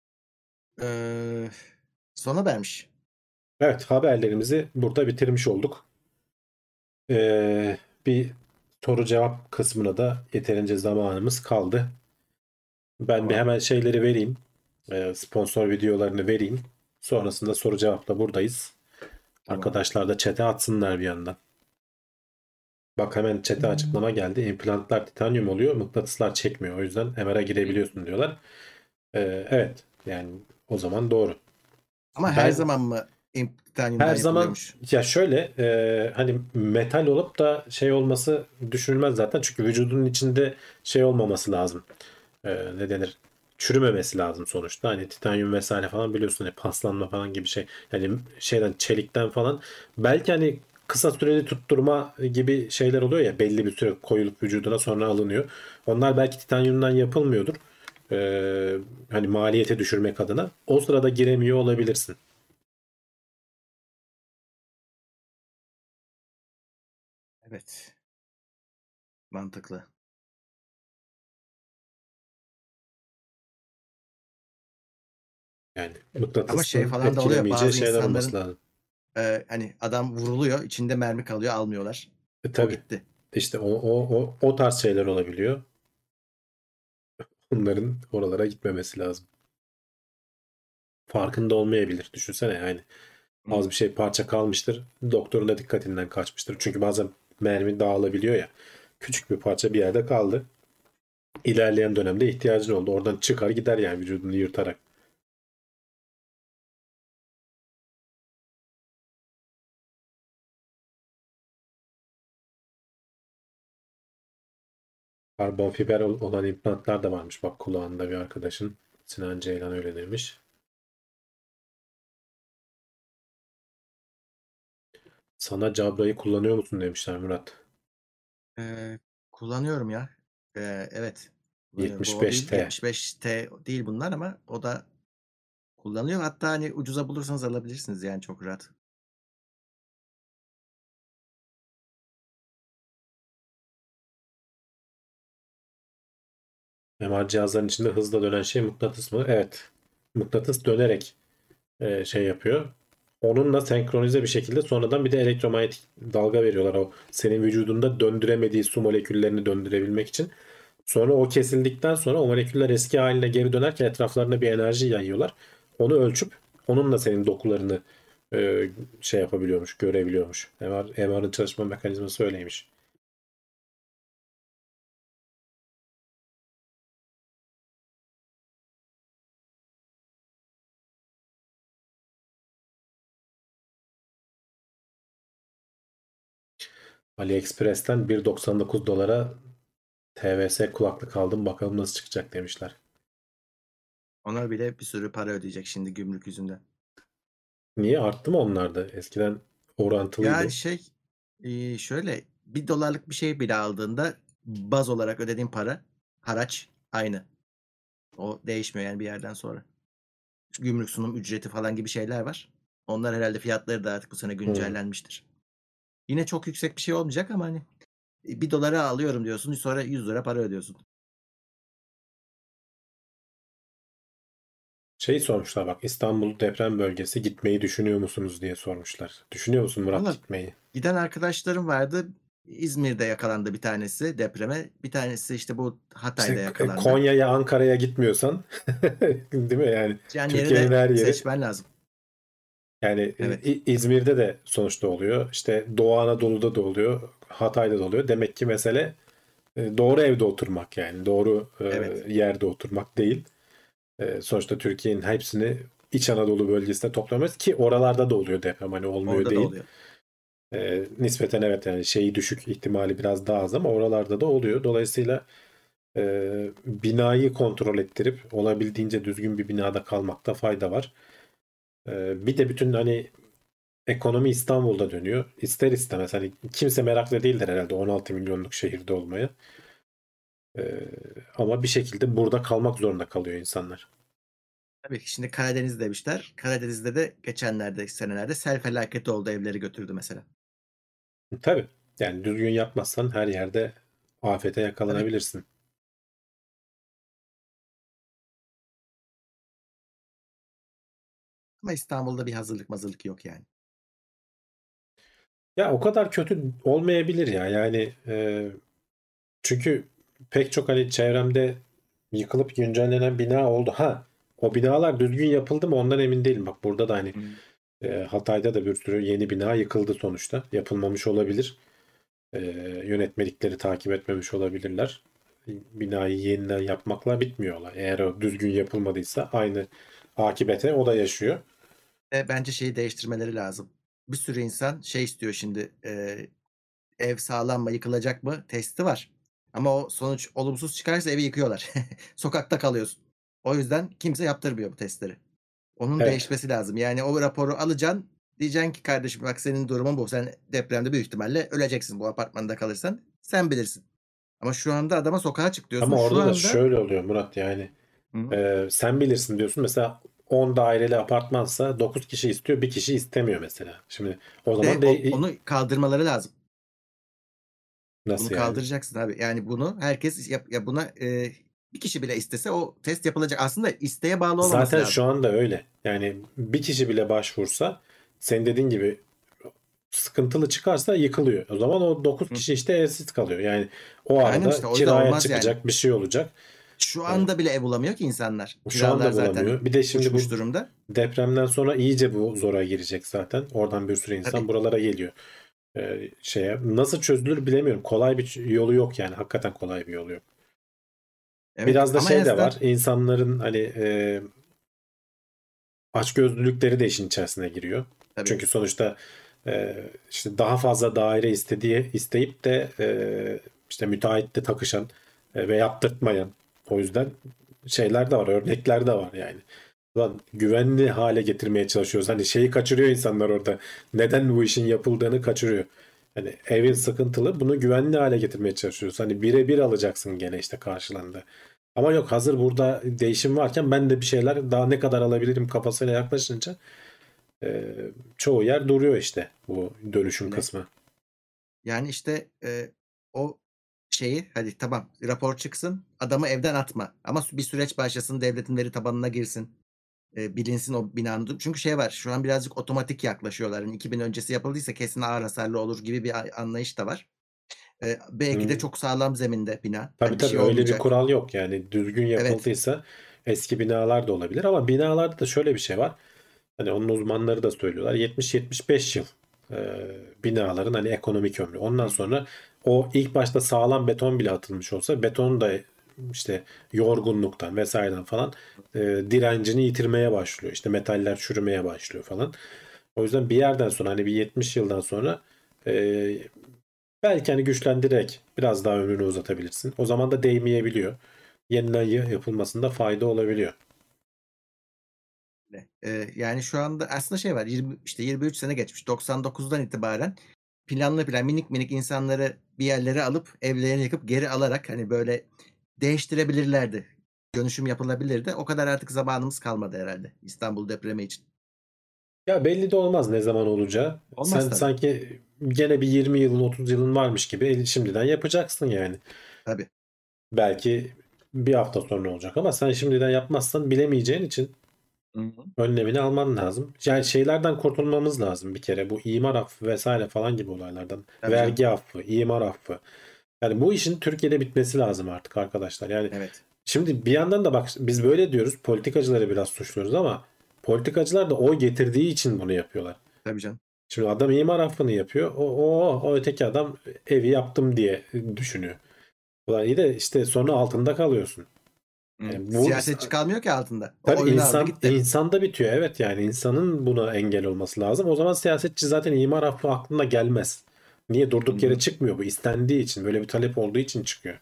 e, sona vermiş.
Evet haberlerimizi burada bitirmiş olduk. Ee, bir soru cevap kısmına da yeterince zamanımız kaldı. Ben bir
Tamam.
hemen şeyleri vereyim. Ee, sponsor videolarını vereyim. Sonrasında soru cevapla buradayız.
Tamam.
Arkadaşlar da chat'e atsınlar bir yandan. Bak hemen chat'e açıklama geldi. İmplantlar titanyum oluyor. Mıknatıslar çekmiyor. O yüzden M R'a girebiliyorsun diyorlar. Ee, evet. Yani o zaman doğru.
Ama her
Ben
zaman mı
her
titanyumdan
zaman
yapılıyormuş?
ya şöyle e, hani metal olup da şey olması düşünülmez zaten. Çünkü vücudun içinde şey olmaması lazım. E, ne denir? Çürümemesi lazım sonuçta. Hani titanyum vesaire falan biliyorsun hani paslanma falan gibi şey. Yani şeyden çelikten falan. Belki hani kısa süreli tutturma gibi şeyler oluyor ya belli bir süre koyulup vücuduna sonra alınıyor. Onlar belki titanyumdan yapılmıyordur. E, hani maliyete düşürmek adına. O sırada giremiyor olabilirsin.
Evet. Mantıklı.
Yani
Ama şey
mıknatısın
falan da oluyor.
etkilemeyeceği
Bazı
şeyler olması
insanların
lazım.
e, hani adam vuruluyor, içinde mermi kalıyor, almıyorlar.
E,
O
tabii.
gitti.
İşte o, o, o, o tarz şeyler olabiliyor. Bunların oralara gitmemesi lazım. Farkında olmayabilir. Düşünsene yani.
Hı.
Az bir şey parça kalmıştır. Doktorun da dikkatinden kaçmıştır. Çünkü bazen mermi dağılabiliyor ya. Küçük bir parça bir yerde kaldı. İlerleyen dönemde ihtiyacın oldu. Oradan çıkar gider yani vücudunu yırtarak. Karbon fiber ol- olan implantlar da varmış. Bak kulağında bir arkadaşın. Sinan Ceylan öyle demiş. Sana Cabra'yı kullanıyor musun demişler Murat.
E, kullanıyorum ya. E, evet. Kullanıyorum. Bu o değil.
yetmiş beş T.
yetmiş beş T değil bunlar ama o da kullanıyor. Hatta hani ucuza bulursanız alabilirsiniz yani çok rahat.
M R cihazların içinde hızla dönen şey mıknatıs mı? Evet. Mıknatıs dönerek e, şey yapıyor. Onunla senkronize bir şekilde sonradan bir de elektromanyetik dalga veriyorlar. O senin vücudunda döndüremediği su moleküllerini döndürebilmek için. Sonra o kesildikten sonra o moleküller eski haline geri dönerken etraflarına bir enerji yayıyorlar. Onu ölçüp onunla senin dokularını e, şey yapabiliyormuş, görebiliyormuş. M R, M R'ın çalışma mekanizması öyleymiş. AliExpress'ten bir virgül doksan dokuz dolara T V S kulaklık aldım bakalım nasıl çıkacak demişler.
Ona bile bir sürü para ödeyecek şimdi gümrük yüzünden.
Niye arttı mı onlarda? Eskiden
Ya
orantılıydı.
şey e, şöyle bir dolarlık bir şey bile aldığında baz olarak ödediğin para haraç aynı. O değişmiyor yani bir yerden sonra. Gümrük sunum ücreti falan gibi şeyler var. Onlar herhalde fiyatları da artık bu sene
Hmm.
güncellenmiştir. Yine çok yüksek bir şey olmayacak ama hani bir dolara alıyorum diyorsun sonra yüz lira para ödüyorsun.
Şey sormuşlar bak İstanbul deprem bölgesi gitmeyi düşünüyor musunuz diye sormuşlar. Düşünüyor musun Murat
Valla
gitmeyi?
giden arkadaşlarım vardı. İzmir'de yakalandı bir tanesi depreme. Bir tanesi işte bu Hatay'da
İşte e,
yakalandı.
Konya'ya Ankara'ya gitmiyorsan değil mi yani
Yani yeri
Türkiye'nin
de
her yeri
seçmen lazım.
yani e,
Evet.
İ- İzmir'de de sonuçta oluyor. İşte Doğu Anadolu'da da oluyor. Hatay'da da oluyor. Demek ki mesele e, doğru evde oturmak yani doğru e,
Evet.
yerde oturmak değil. E, sonuçta Türkiye'nin hepsini İç Anadolu bölgesinde toplamayız ki oralarda da oluyor deprem hani olmuyor
Orada da
değil.
oluyor.
E, nispeten evet yani şeyi düşük ihtimali biraz daha az ama oralarda da oluyor. Dolayısıyla e, binayı kontrol ettirip olabildiğince düzgün bir binada kalmakta fayda var. E, bir de bütün hani ekonomi İstanbul'da dönüyor. İster istemez hani kimse meraklı değildir herhalde on altı milyonluk şehirde olmaya. E, ama bir şekilde burada kalmak zorunda kalıyor insanlar.
Tabii ki şimdi Karadeniz demişler. Karadeniz'de de geçenlerde senelerde sel felaketi oldu evleri götürdü mesela.
Tabii yani düzgün yapmazsan her yerde afete
Tabii.
yakalanabilirsin.
Ama İstanbul'da bir hazırlık mazırlık yok yani.
Ya o kadar kötü olmayabilir ya yani e, çünkü pek çok hani çevremde yıkılıp güncellenen bina oldu. Ha o binalar düzgün yapıldı mı ondan emin değilim. Bak burada da hani
Hı.
e, Hatay'da da bir sürü yeni bina yıkıldı sonuçta. Yapılmamış olabilir. E, yönetmelikleri takip etmemiş olabilirler. Binayı yeniden yapmakla bitmiyorlar. Eğer o düzgün yapılmadıysa aynı akibete o da yaşıyor.
E, bence şeyi değiştirmeleri lazım. Bir sürü insan şey istiyor şimdi e, ev sağlam mı yıkılacak mı testi var. Ama o sonuç olumsuz çıkarsa evi yıkıyorlar. Sokakta kalıyorsun. O yüzden kimse yaptırmıyor bu testleri. Onun
Evet.
değişmesi lazım. Yani o raporu alacaksın. Diyeceksin ki kardeşim bak senin durumun bu. Sen depremde büyük ihtimalle öleceksin bu apartmanda kalırsan. Sen bilirsin. Ama şu anda adama sokağa çık diyorsun.
Ama
Şu
orada da
anda
şöyle oluyor Murat yani
hı,
e, sen bilirsin diyorsun. Mesela on daireli apartmansa dokuz kişi istiyor, bir kişi istemiyor mesela. Şimdi o
de
zaman
o-
de
onu kaldırmaları lazım. Bunu
nasıl yani?
kaldıracaksın abi. Yani bunu herkes yap, ya buna e, bir kişi bile istese o test yapılacak. Aslında isteğe bağlı olmaması
Zaten
lazım.
şu anda öyle. Yani bir kişi bile başvursa senin dediğin gibi sıkıntılı çıkarsa yıkılıyor. O zaman o dokuz
Hı.
kişi işte evsiz kalıyor. Yani o
Aynen
arada
işte o yüzden
kiraya
olmaz yani.
çıkacak bir şey olacak.
Şu
Yani
anda bile ev bulamıyor ki insanlar.
şu anda
Kiralar zaten
bulamıyor. Bir de şimdi bu
uçmuş durumda.
depremden sonra iyice bu zora girecek zaten. Oradan bir sürü insan
Tabii.
buralara geliyor. Ee, şeye nasıl çözülür bilemiyorum. Kolay bir yolu yok yani. Hakikaten kolay bir yolu yok.
Evet
Biraz da
ama en
şey de
azından
var. İnsanların hani e, açgözlülükleri de işin içerisine giriyor.
tabii.
Çünkü sonuçta e, işte daha fazla daire istediği isteyip de e, işte müteahhitle takışan e, ve yaptırtmayan, o yüzden şeyler de var, örnekler de var yani. Ulan güvenli hale getirmeye çalışıyoruz. Hani şeyi kaçırıyor insanlar orada. Neden bu işin yapıldığını kaçırıyor. Hani evin sıkıntılı, bunu güvenli hale getirmeye çalışıyoruz. Hani birebir alacaksın gene işte karşılığında. Ama yok, hazır burada değişim varken ben de bir şeyler daha ne kadar alabilirim kafasıyla yaklaşınca e, çoğu yer duruyor işte bu dönüşüm
Öyle.
kısmı.
Yani işte e, o şeyi hadi tamam rapor çıksın adamı evden atma. Ama bir süreç başlasın devletin veri tabanına girsin. E, bilinsin o binanın. Çünkü şey var şu an birazcık otomatik yaklaşıyorlar. Yani iki bin öncesi yapıldıysa kesin ağır hasarlı olur gibi bir anlayış da var. E, belki de
Hı.
çok sağlam zeminde bina.
Tabii
Hani bir
tabii,
şey
öyle bir
olmayacak.
kural yok yani, düzgün
Evet.
yapıldıysa eski binalar da olabilir ama binalarda da şöyle bir şey var. Hani onun uzmanları da söylüyorlar. yetmiş yetmiş beş yıl e, binaların hani ekonomik ömrü. Ondan
Hı.
sonra o ilk başta sağlam beton bile atılmış olsa beton da işte yorgunluktan vesaireden falan e, direncini yitirmeye başlıyor. İşte metaller çürümeye başlıyor falan. O yüzden bir yerden sonra hani bir yetmiş yıldan sonra e, belki hani güçlendirerek biraz daha ömrünü uzatabilirsin. O zaman da değmeyebiliyor. Yeniden yapılmasında fayda olabiliyor.
E, yani şu anda aslında şey var. yirmi, işte yirmi üç sene geçmiş. doksan dokuzdan itibaren planlı plan minik minik insanları bir yerlere alıp evlerini yıkıp geri alarak hani böyle değiştirebilirlerdi. Dönüşüm yapılabilirdi. O kadar artık zamanımız kalmadı herhalde İstanbul depremi için.
Ya belli de olmaz ne zaman olacağı.
Olmaz
Sen
tabii.
sanki gene bir yirmi yılın otuz yılın varmış gibi şimdiden yapacaksın yani.
Tabii.
Belki bir hafta sonra olacak ama sen şimdiden yapmazsan bilemeyeceğin için
Hı hı.
önlemini alman lazım. Yani şeylerden kurtulmamız lazım bir kere. Bu imar affı vesaire falan gibi olaylardan.
Tabii canım.
Vergi affı, imar affı. Yani bu işin Türkiye'de bitmesi lazım artık arkadaşlar. Yani
Evet.
şimdi bir yandan da bak, biz böyle diyoruz, politikacıları biraz suçluyoruz ama politikacılar da oy getirdiği için bunu yapıyorlar.
Tabii canım.
Şimdi adam imar affını yapıyor. O, o, o öteki adam evi yaptım diye düşünüyor. Ulan iyi de işte sonra altında kalıyorsun.
Hı.
Yani bu
Siyasetçi kalmıyor ki altında. O
tabii
oyunu aldı
insan
gitti.
insanda bitiyor. Evet, yani insanın buna engel olması lazım. O zaman siyasetçi zaten imar affı aklına gelmez. Niye?
Hı
Durduk yere
hı.
çıkmıyor bu. İstendiği için, böyle bir talep olduğu için çıkıyor.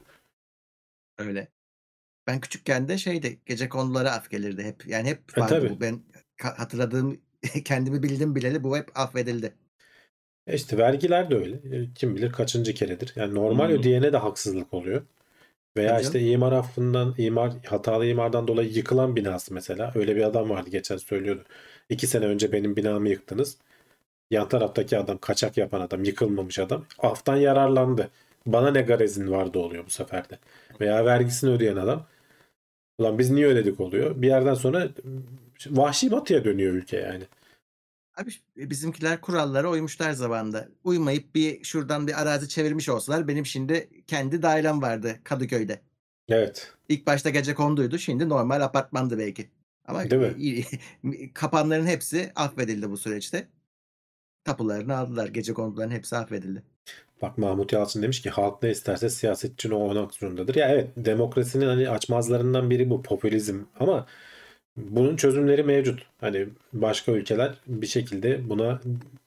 Öyle. Ben küçükken de şeydi gecekondulara af gelirdi hep. Yani hep
E
vardı
tabii.
bu. Ben ka- hatırladığım kendimi bildim bileli bu hep affedildi.
E işte vergiler de öyle. E, Kim bilir kaçıncı keredir. Yani
Hı
normal
hı.
ödeyene de haksızlık oluyor.
Tabii
Veya işte
canım.
imar affından, imar hatalı imardan dolayı yıkılan binası mesela. Öyle bir adam vardı geçen, söylüyordu. İki sene önce benim binamı yıktınız. Yan taraftaki adam, kaçak yapan adam, yıkılmamış adam, aftan yararlandı. Bana ne garezin vardı oluyor bu sefer de. Veya vergisini ödeyen adam, ulan biz niye ödedik oluyor. Bir yerden sonra vahşi batıya dönüyor ülke yani.
Abi bizimkiler kurallara uymuşlar zamanında. Uymayıp bir şuradan bir arazi çevirmiş olsalar benim şimdi kendi dairem vardı Kadıköy'de.
Evet.
İlk başta gecekonduydu. Şimdi normal apartmandı belki. Ama
Değil mi?
kapanların hepsi affedildi bu süreçte. Tapularını aldılar. Gecekonduların hepsi affedildi.
Bak, Mahmut Yalçın demiş ki halk ne isterse siyasetçinin o oynamak zorundadır. Ya evet, demokrasinin hani açmazlarından biri bu popülizm ama bunun çözümleri mevcut. Hani başka ülkeler bir şekilde buna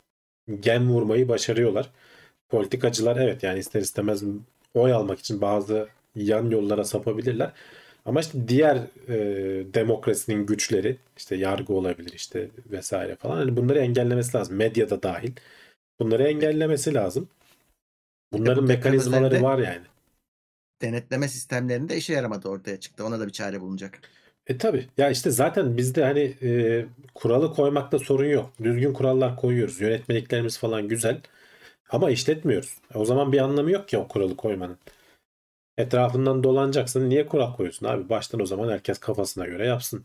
gem vurmayı başarıyorlar. Politikacılar evet yani ister istemez oy almak için bazı yan yollara sapabilirler. Ama işte diğer e, demokrasinin güçleri, işte yargı olabilir işte vesaire falan, hani bunları engellemesi lazım. Medyada dahil. Bunları
Evet.
engellemesi lazım.
Bir de
Bunların
bu deprem
mekanizmaları
özelinde
var yani.
denetleme sistemlerinde işe yaramadı ortaya çıktı. Ona da bir çare bulunacak.
E tabii. Ya işte zaten bizde hani e, kuralı koymakta sorun yok. Düzgün kurallar koyuyoruz. Yönetmeliklerimiz falan güzel. Ama işletmiyoruz. O zaman bir anlamı yok ki o kuralı koymanın. Etrafından dolanacaksın. Niye kural koyuyorsun abi? Baştan o zaman herkes kafasına göre yapsın.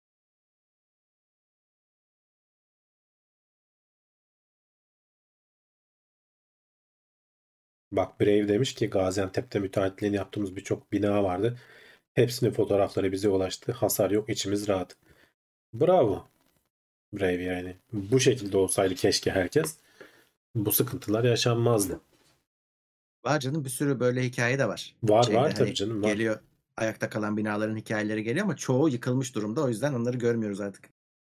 Bak Brave demiş ki Gaziantep'te müteahhitliğini yaptığımız birçok bina vardı. Hepsinin fotoğrafları bize ulaştı. Hasar yok, içimiz rahat. Bravo. Brave yani. Bu şekilde olsaydı keşke herkes. Bu sıkıntılar yaşanmazdı.
Var canım, bir sürü böyle hikaye de var.
Var
Şeyde
var tabii
hani
canım var.
geliyor, ayakta kalan binaların hikayeleri geliyor ama çoğu yıkılmış durumda. O yüzden onları görmüyoruz artık.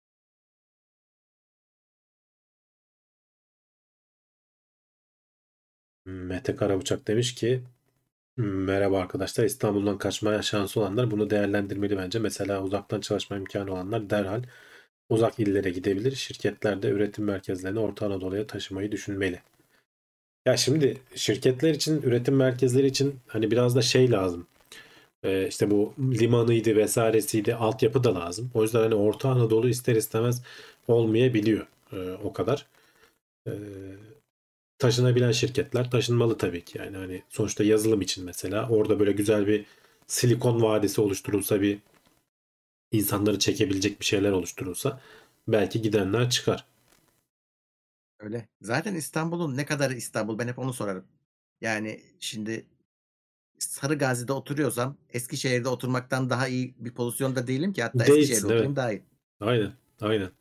Mete Karabıçak demiş ki merhaba arkadaşlar, İstanbul'dan kaçmaya şansı olanlar bunu değerlendirmeli bence. Mesela uzaktan çalışma imkanı olanlar derhal uzak illere gidebilir. Şirketler de üretim merkezlerini Orta Anadolu'ya taşımayı düşünmeli. Ya şimdi şirketler için, üretim merkezleri için hani biraz da şey lazım. Ee, işte bu limanıydı vesairesiydi, altyapı da lazım. O yüzden hani Orta Anadolu ister istemez olmayabiliyor ee, o kadar. Ee, taşınabilen şirketler taşınmalı tabii ki. Yani hani sonuçta yazılım için mesela orada böyle güzel bir Silikon Vadisi oluşturulsa, bir insanları çekebilecek bir şeyler oluşturulsa belki gidenler çıkar.
Öyle. Zaten İstanbul'un ne kadar İstanbul, ben hep onu sorarım. Yani şimdi Sarıgazi'de oturuyorsam Eskişehir'de oturmaktan daha iyi bir pozisyonda değilim ki. Hatta Eskişehir'de
Değilsin, evet.
oturayım daha iyi.
Aynen. Aynen.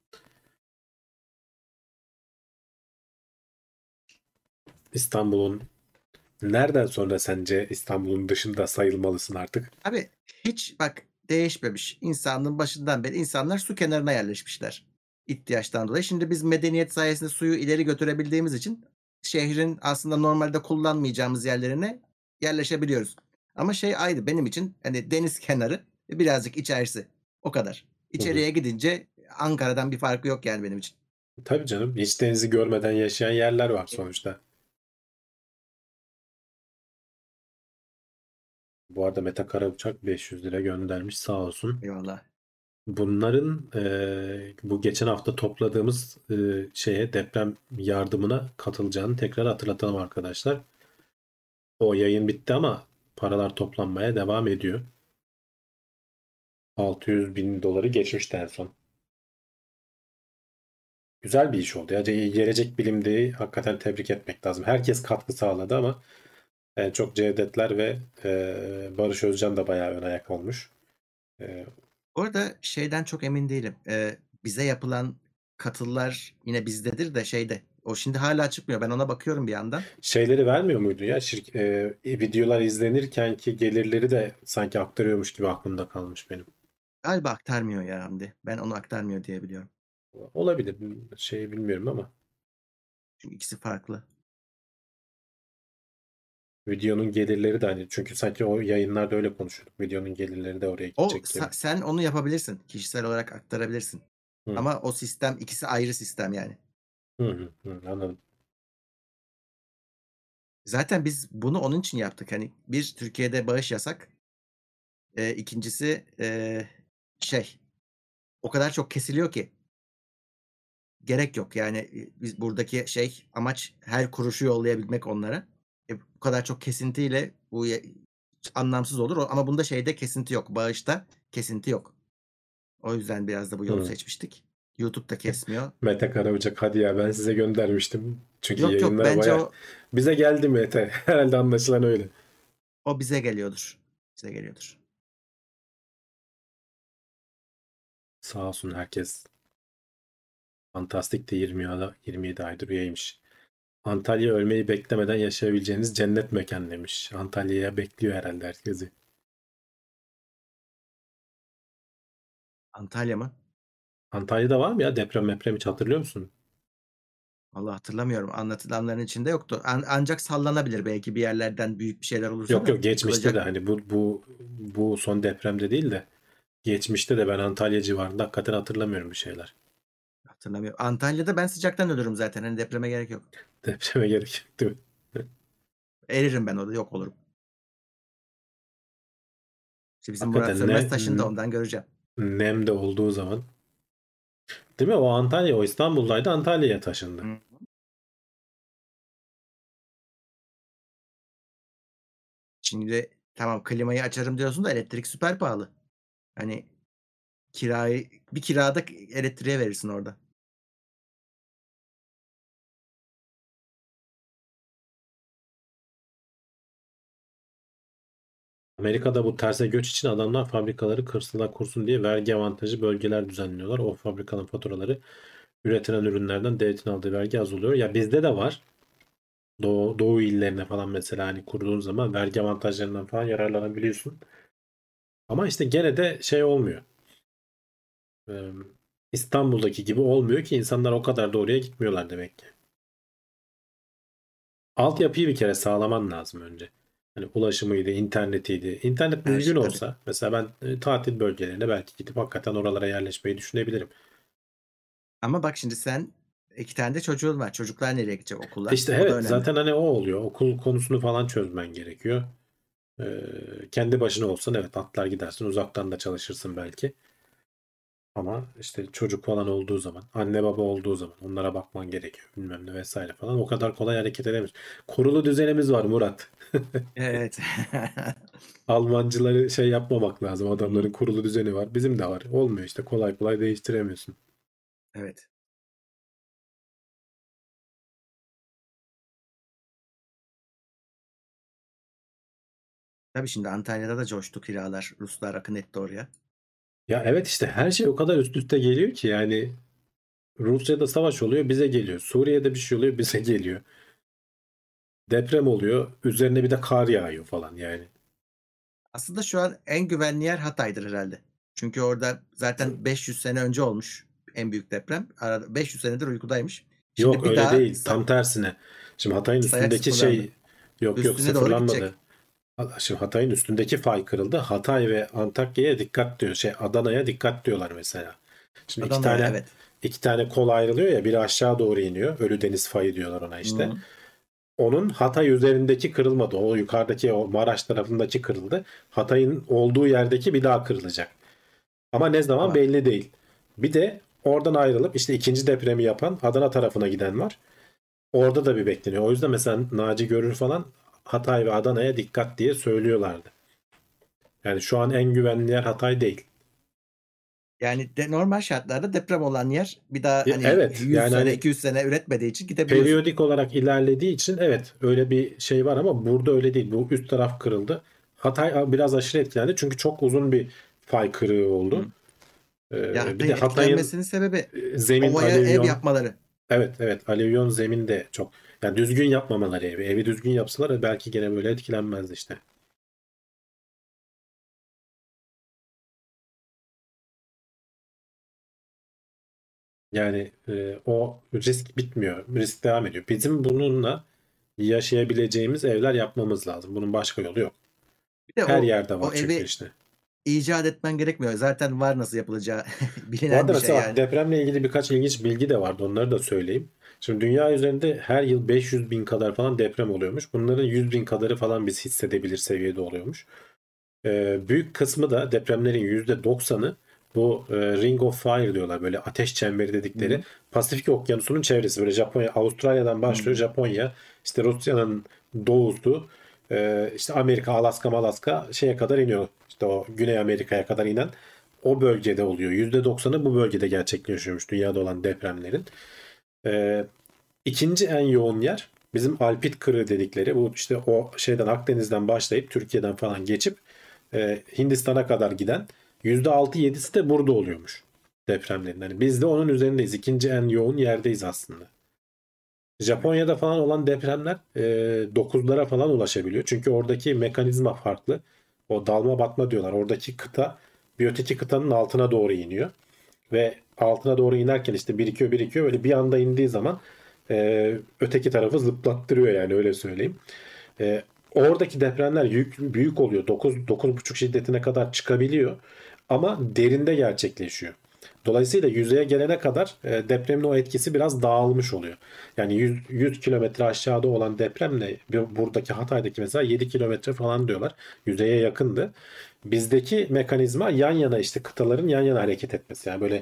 İstanbul'un nereden sonra sence İstanbul'un dışında sayılmalısın artık?
Abi hiç bak değişmemiş. İnsanlığın başından beri insanlar su kenarına yerleşmişler. İhtiyaçtan dolayı. Şimdi biz medeniyet sayesinde suyu ileri götürebildiğimiz için şehrin aslında normalde kullanmayacağımız yerlerine yerleşebiliyoruz. Ama şey ayrı benim için, hani deniz kenarı ve birazcık içerisi. O kadar.
Hı hı.
İçeriye gidince Ankara'dan bir farkı yok yani benim için.
Tabii canım. Hiç denizi görmeden yaşayan yerler var sonuçta. Bu arada Mete Karabıçak beş yüz lira göndermiş, sağ olsun.
Eyvallah.
Bunların eee, bu geçen hafta topladığımız eee, şeye, deprem yardımına katılacağını tekrar hatırlatalım arkadaşlar. O yayın bitti ama paralar toplanmaya devam ediyor. altı yüz bin doları geçmişti en son. Güzel bir iş oldu. Ya Gelecek Bilim'de hakikaten tebrik etmek lazım. Herkes katkı sağladı ama en çok Cevdetler ve eee, Barış Özcan da bayağı ön ayak olmuş. Eee,
Orada şeyden çok emin değilim. Ee, bize yapılan katıllar yine bizdedir de şeyde. O şimdi hala çıkmıyor. Ben ona bakıyorum bir yandan.
şeyleri vermiyor muydu ya? Şirk, eee, videolar izlenirken ki gelirleri de sanki aktarıyormuş gibi aklımda kalmış benim.
Galiba aktarmıyor ya Hamdi. Ben onu aktarmıyor diye biliyorum.
Olabilir. Şeyi bilmiyorum ama
Çünkü ikisi farklı.
videonun gelirleri de hani, çünkü sanki o yayınlarda öyle konuşuyorduk. Videonun gelirleri de oraya
O
gidecek gibi.
sa- sen onu yapabilirsin. Kişisel olarak aktarabilirsin.
Hı.
Ama o sistem, ikisi ayrı sistem yani.
Hı hı hı, anladım.
Zaten biz bunu onun için yaptık. Hani bir, Türkiye'de bağış yasak. Ee, ikincisi ee, şey o kadar çok kesiliyor ki gerek yok. Yani e, biz buradaki şey amaç her kuruşu yollayabilmek onlara. E, bu kadar çok kesintiyle bu ye- anlamsız olur. O- Ama bunda şeyde kesinti yok. Bağışta kesinti yok. O yüzden biraz da bu yolu
Hı.
seçmiştik. YouTube'da kesmiyor.
Mete Karabıcak, hadi ya, ben size göndermiştim. Çünkü
Yok yok,
yayınlara
bence
baya
o
bize geldi Mete. Herhalde anlaşılan öyle.
o bize geliyordur. Bize geliyordur.
Sağ olsun herkes. Fantastik de yirmi ya- yirmi yedi aydır üyeymiş. Antalya ölmeyi beklemeden yaşayabileceğiniz cennet mekan demiş. Antalya'ya bekliyor herhalde herkesi.
Antalya mı?
Antalya'da var mı ya deprem meprem, hiç hatırlıyor musun?
Vallahi hatırlamıyorum. Anlatılanların içinde yoktu. An- ancak sallanabilir belki bir yerlerden büyük bir şeyler olursa
Yok
da
yok, geçmişte de
yıkılacak.
hani bu bu bu son depremde değil de geçmişte de ben Antalya civarında hakikaten hatırlamıyorum bir şeyler.
Hatırlamıyorum. Antalya'da ben sıcaktan ölürüm zaten. Hani depreme gerek yok.
Depreme gerek yok değil mi?
Eririm ben orada, yok olurum. İşte bizim Murat
Hakikaten ne
Sönmez taşın da ondan göreceğim.
nem de olduğu zaman, değil mi? O Antalya, o İstanbul'daydı, Antalya'ya taşındı.
Hı. Şimdi tamam klimayı açarım diyorsun da elektrik süper pahalı. Hani kirayı bir kirada elektriğe verirsin orada.
Amerika'da bu terse göç için adamlar fabrikaları kırsıla kursun diye vergi avantajı bölgeler düzenliyorlar. O fabrikanın faturaları üretilen ürünlerden devletin aldığı vergi az oluyor. Ya bizde de var. Doğu, Doğu illerine falan mesela hani kurduğun zaman vergi avantajlarından falan yararlanabiliyorsun. Ama işte gene de şey olmuyor. Ee, İstanbul'daki gibi olmuyor ki insanlar o kadar da oraya gitmiyorlar demek ki. Altyapıyı bir kere sağlaman lazım önce. Hani ulaşımıydı, internetiydi. İnternet
Her
düzgün
şey tabii.
olsa mesela ben e, tatil bölgelerine belki gidip hakikaten oralara yerleşmeyi düşünebilirim.
Ama bak şimdi sen iki tane de çocuğun var. Çocuklar nereye gidecek okula?
İşte
O da
evet
önemli.
zaten hani o oluyor. Okul konusunu falan çözmen gerekiyor. Ee, kendi başına olsan evet atlar gidersin. Uzaktan da çalışırsın belki. Ama işte çocuk falan olduğu zaman, anne baba olduğu zaman onlara bakman gerekiyor bilmem ne vesaire falan. O kadar kolay hareket edemiyoruz. Kurulu düzenimiz var Murat.
Evet.
Almancıları şey yapmamak lazım.
Hı hı.
Adamların kurulu düzeni var. Bizim de var. Olmuyor işte kolay kolay değiştiremiyorsun.
Evet. Tabii şimdi Antalya'da da coştu kiralar. Ruslar akın etti oraya.
Ya evet işte her şey o kadar üst üste geliyor ki yani Rusya'da savaş oluyor bize geliyor. Suriye'de bir şey oluyor bize geliyor. Deprem oluyor üzerine bir de kar yağıyor falan yani.
Aslında şu an en güvenli yer Hatay'dır herhalde. Çünkü orada zaten beş yüz sene önce olmuş en büyük deprem. Arada beş yüz senedir uykudaymış. Şimdi
Yok
bir
öyle
daha
değil.
sa-
Tam tersine. Şimdi Hatay'ın
sayak
üstündeki
sıfırlandı.
şey yok yok
Üstüne doğru
sıfırlanmadı.
gidecek.
Şimdi Hatay'ın üstündeki fay kırıldı. Hatay ve Antakya'ya dikkat diyor. Şey Adana'ya dikkat diyorlar mesela. Şimdi iki
Adana'ya
tane
evet.
iki tane kol ayrılıyor ya biri aşağı doğru iniyor. Ölüdeniz fayı diyorlar ona işte.
Hı.
Onun Hatay üzerindeki kırılmadı. O yukarıdaki o Maraş tarafındaki kırıldı. Hatay'ın olduğu yerdeki bir daha kırılacak. Ama ne zaman
Tamam.
belli değil. Bir de oradan ayrılıp işte ikinci depremi yapan Adana tarafına giden var. Orada da bir bekleniyor. O yüzden mesela Naci Görür falan Hatay ve Adana'ya dikkat diye söylüyorlardı. Yani şu an en güvenli yer Hatay değil.
Yani de normal şartlarda deprem olan yer bir daha
Ya
hani
evet
yüz
yani
sene
hani
iki yüz sene üretmediği için gidebiliyorsun.
periyodik olarak ilerlediği için evet öyle bir şey var ama burada öyle değil. Bu üst taraf kırıldı. Hatay biraz aşırı etkilendi çünkü çok uzun bir fay kırığı oldu.
Hı. Ya
Ee, bir de
Hatay'ın
Hatay'ın
etkilenmesinin sebebi
e, zemin
ovaya ev
alüvyon
yapmaları.
evet evet alüvyon zemin de çok yani düzgün yapmamaları evi. Evi düzgün yapsalar belki gene böyle etkilenmezdi işte. Yani e, o risk bitmiyor. Risk devam ediyor. Bizim bununla yaşayabileceğimiz evler yapmamız lazım. Bunun başka yolu yok.
Bir de
Her
o
yerde var
o
çünkü
evi
işte.
icat etmen gerekmiyor. Zaten var nasıl yapılacağı
Bu
bilinen
arada
bir şey
mesela bak
yani.
depremle ilgili birkaç ilginç bilgi de vardı. Onları da söyleyeyim. Şimdi dünya üzerinde her yıl beş yüz bin kadar falan deprem oluyormuş. Bunların yüz bin kadarı falan biz hissedebilir seviyede oluyormuş. Ee, büyük kısmı da depremlerin yüzde doksanı bu e, Ring of Fire diyorlar. Böyle ateş çemberi dedikleri
Hı.
Pasifik Okyanusu'nun çevresi. Böyle Japonya, Avustralya'dan başlıyor.
Hı.
Japonya, işte Rusya'nın doğusu, e, işte Amerika, Alaska, Malaska şeye kadar iniyor. İşte o Güney Amerika'ya kadar inen o bölgede oluyor. yüzde doksanı bu bölgede gerçekleşiyormuş dünyada olan depremlerin. Ee, ikinci en yoğun yer bizim Alpit kırığı dedikleri. Bu işte o şeyden Akdeniz'den başlayıp Türkiye'den falan geçip e, Hindistan'a kadar giden yüzde altı yedisi de burada oluyormuş depremlerin. Yani biz de onun üzerindeyiz. İkinci en yoğun yerdeyiz aslında. Japonya'da falan olan depremler e, dokuzlara falan ulaşabiliyor. Çünkü oradaki mekanizma farklı. O dalma batma diyorlar. Oradaki kıta bir öteki kıtanın altına doğru iniyor. Ve altına doğru inerken işte birikiyor birikiyor. Böyle bir anda indiği zaman e, öteki tarafı zıplattırıyor yani öyle söyleyeyim. E, oradaki depremler büyük, büyük oluyor. dokuz dokuz buçuk şiddetine kadar çıkabiliyor. Ama derinde gerçekleşiyor. Dolayısıyla yüzeye gelene kadar e, depremin o etkisi biraz dağılmış oluyor. Yani yüz, yüz kilometre aşağıda olan depremle bir- buradaki Hatay'daki mesela yedi kilometre falan diyorlar. Yüzeye yakındı. Bizdeki mekanizma yan yana işte kıtaların yan yana hareket etmesi. Yani böyle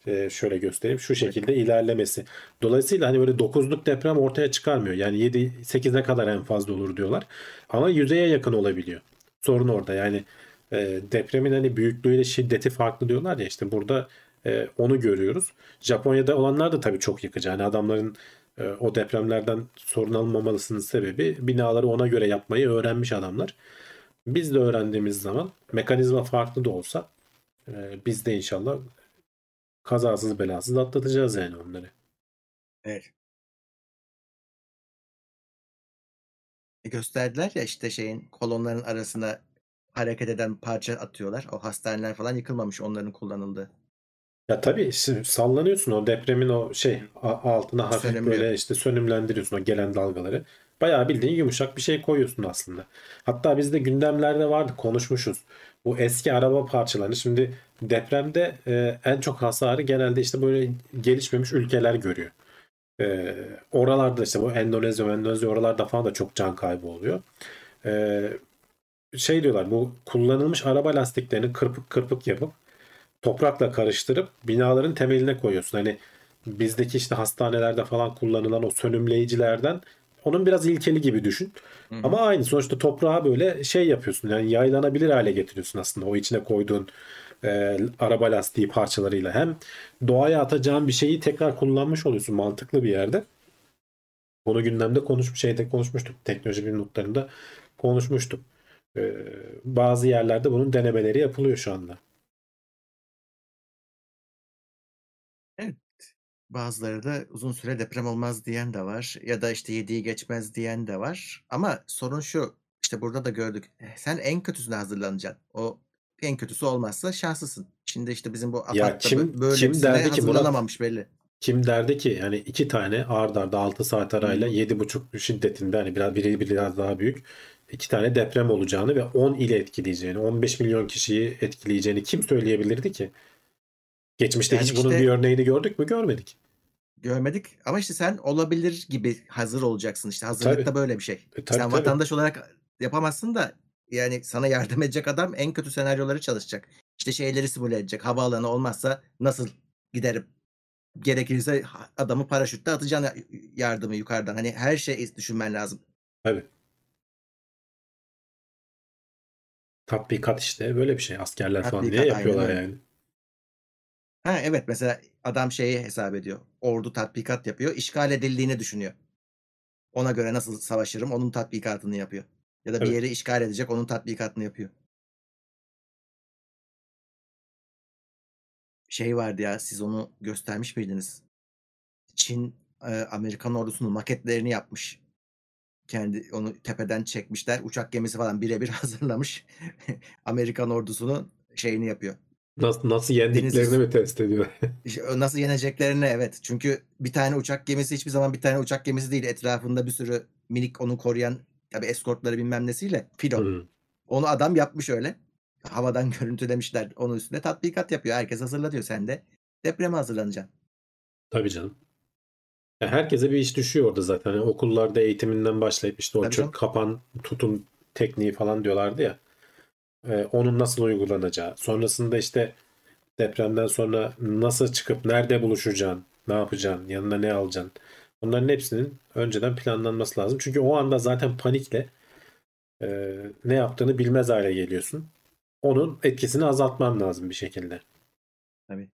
e, şöyle göstereyim. Şu şekilde ilerlemesi. Dolayısıyla hani böyle dokuzluk deprem ortaya çıkarmıyor. Yani yedi sekize kadar en fazla olur diyorlar. Ama yüzeye yakın olabiliyor. Sorun orada. Yani e, depremin hani büyüklüğüyle şiddeti farklı diyorlar ya, işte burada e, onu görüyoruz. Japonya'da olanlar da tabii çok yıkıcı. Hani adamların e, o depremlerden sorun almamalısının sebebi, binaları ona göre yapmayı öğrenmiş adamlar. Biz de öğrendiğimiz zaman mekanizma farklı da olsa e, biz de inşallah kazasız belasız atlatacağız yani onları.
Evet. E, gösterdiler ya işte şeyin kolonların arasına hareket eden parça atıyorlar. O hastaneler falan yıkılmamış onların kullanıldığı.
Ya tabii şimdi sallanıyorsun, o depremin o şey a- altına hafif
Sönümlüyor.
böyle işte sönümlendiriyorsun o gelen dalgaları. Bayağı bildiğin yumuşak bir şey koyuyorsun aslında. Hatta biz de gündemlerde vardı, konuşmuşuz. Bu eski araba parçalarını şimdi depremde e, en çok hasarı genelde işte böyle gelişmemiş ülkeler görüyor. E, oralarda işte bu Endonezya, Endonezya oralarda falan da çok can kaybı oluyor. E, şey diyorlar, bu kullanılmış araba lastiklerini kırpık kırpık yapıp toprakla karıştırıp binaların temeline koyuyorsun. Hani bizdeki işte hastanelerde falan kullanılan o sönümleyicilerden, onun biraz ilkeli gibi düşün.
Hı hı.
Ama aynı sonuçta toprağa böyle şey yapıyorsun. Yani yaylanabilir hale getiriyorsun aslında o içine koyduğun e, araba lastiği parçalarıyla. Hem doğaya atacağın bir şeyi tekrar kullanmış oluyorsun mantıklı bir yerde. Bunu gündemde konuşmuş, şeyde konuşmuştuk. Teknoloji bir notlarında konuşmuştuk. E, bazı yerlerde bunun denemeleri yapılıyor şu anda.
Evet. Bazıları da uzun süre deprem olmaz diyen de var. Ya da işte yediği geçmez diyen de var. Ama sorun şu. İşte burada da gördük. Eh, Sen en kötüsüne hazırlanacaksın. O en kötüsü olmazsa şanslısın. Şimdi işte bizim bu
Ya
AFAD da bö-
kim kim
böylesine
derdi ki Murat?
hazırlanamamış belli.
Kim derdi ki yani iki tane ard arda altı saat
Hı
arayla
hı.
yedi buçuk şiddetinde, hani biraz biri biraz daha büyük iki tane deprem olacağını ve on ile etkileyeceğini, on beş milyon kişiyi etkileyeceğini kim söyleyebilirdi ki? Geçmişte
Yani
hiç bunun bir
işte
örneğini gördük mü? Görmedik.
görmedik ama işte sen olabilir gibi hazır olacaksın. İşte
E, tabii.
hazırlık da böyle bir şey.
E, tabii
Sen
tabii.
vatandaş olarak yapamazsın da yani sana yardım edecek adam en kötü senaryoları çalışacak. İşte şeyleri simüle edecek. Havaalanı olmazsa nasıl giderim? Gerekirse ha- adamı paraşütle atacaksın yardımı yukarıdan. Hani her şeyi düşünmen lazım.
Tabii. Tatbikat işte böyle bir şey. Askerler falan niye
Tatbikat aynen
yapıyorlar
öyle.
yani?
Ha evet mesela adam şeyi hesap ediyor. Ordu tatbikat yapıyor. İşgal edildiğini düşünüyor. Ona göre nasıl savaşırım onun tatbikatını yapıyor. Ya da bir
Tabii.
yeri işgal edecek onun tatbikatını yapıyor. Şey vardı ya siz onu göstermiş miydiniz? Çin e, Amerikan ordusunun maketlerini yapmış. Kendi onu tepeden çekmişler. Uçak gemisi falan birebir hazırlamış. Amerikan ordusunun şeyini yapıyor.
Nasıl nasıl
Deniz
yendiklerini
üstü
mi test ediyor?
İşte nasıl yeneceklerini evet. Çünkü bir tane uçak gemisi hiçbir zaman bir tane uçak gemisi değil. Etrafında bir sürü minik onu koruyan tabii eskortları bilmem nesiyle filo.
Hmm,
Onu adam yapmış öyle. Havadan görüntülemişler. Onun üstüne tatbikat yapıyor. Herkes hazırlanıyor. Sen de depreme hazırlanacaksın.
tabii canım. Ya herkese bir iş düşüyor orada zaten. Hani okullarda eğitiminden başlayıp işte o
Tabii
çök
canım.
kapan tutun tekniği falan diyorlardı ya. Ee, onun nasıl uygulanacağı. Sonrasında işte depremden sonra nasıl çıkıp nerede buluşacaksın, ne yapacaksın, yanına ne alacaksın. Bunların hepsinin önceden planlanması lazım. Çünkü o anda zaten panikle e, ne yaptığını bilmez hale geliyorsun. Onun etkisini azaltman lazım bir şekilde.
Tabii.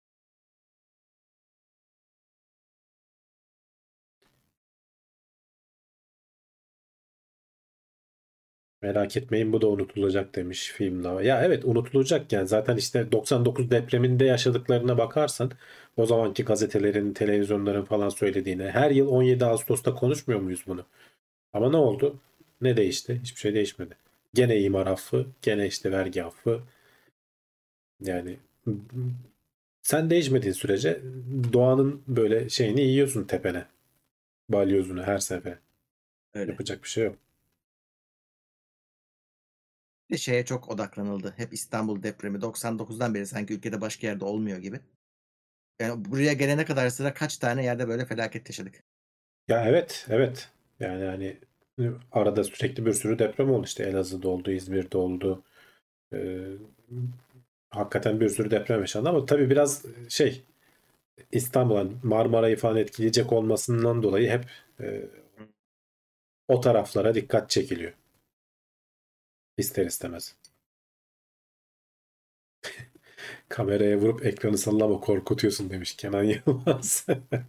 Merak etmeyin, bu da unutulacak demiş filmde. Ya evet, unutulacak yani. Zaten işte doksan dokuz depreminde yaşadıklarına bakarsan, o zamanki gazetelerin, televizyonların falan söylediğine, her yıl on yedi Ağustos'ta konuşmuyor muyuz bunu? Ama ne oldu? Ne değişti? Hiçbir şey değişmedi. Gene imar affı, gene işte vergi affı. Yani sen değişmediğin sürece doğanın böyle şeyini yiyorsun tepene. Balyozunu her sefer.
Öyle.
Yapacak bir şey yok.
Bir de şeye çok odaklanıldı. Hep İstanbul depremi doksan dokuzdan beri sanki ülkede başka yerde olmuyor gibi. Yani buraya gelene kadar sıra kaç tane yerde böyle felaket yaşadık.
Ya evet, evet. Yani hani arada sürekli bir sürü deprem oldu. İşte Elazığ'da oldu, İzmir'de oldu. Ee, hakikaten bir sürü deprem yaşandı ama tabii biraz şey, İstanbul'a Marmara'yı falan etkileyecek olmasından dolayı hep e, o taraflara dikkat çekiliyor. İster istemez. Kameraya vurup ekranı sallama korkutuyorsun demiş Kenan Yılmaz.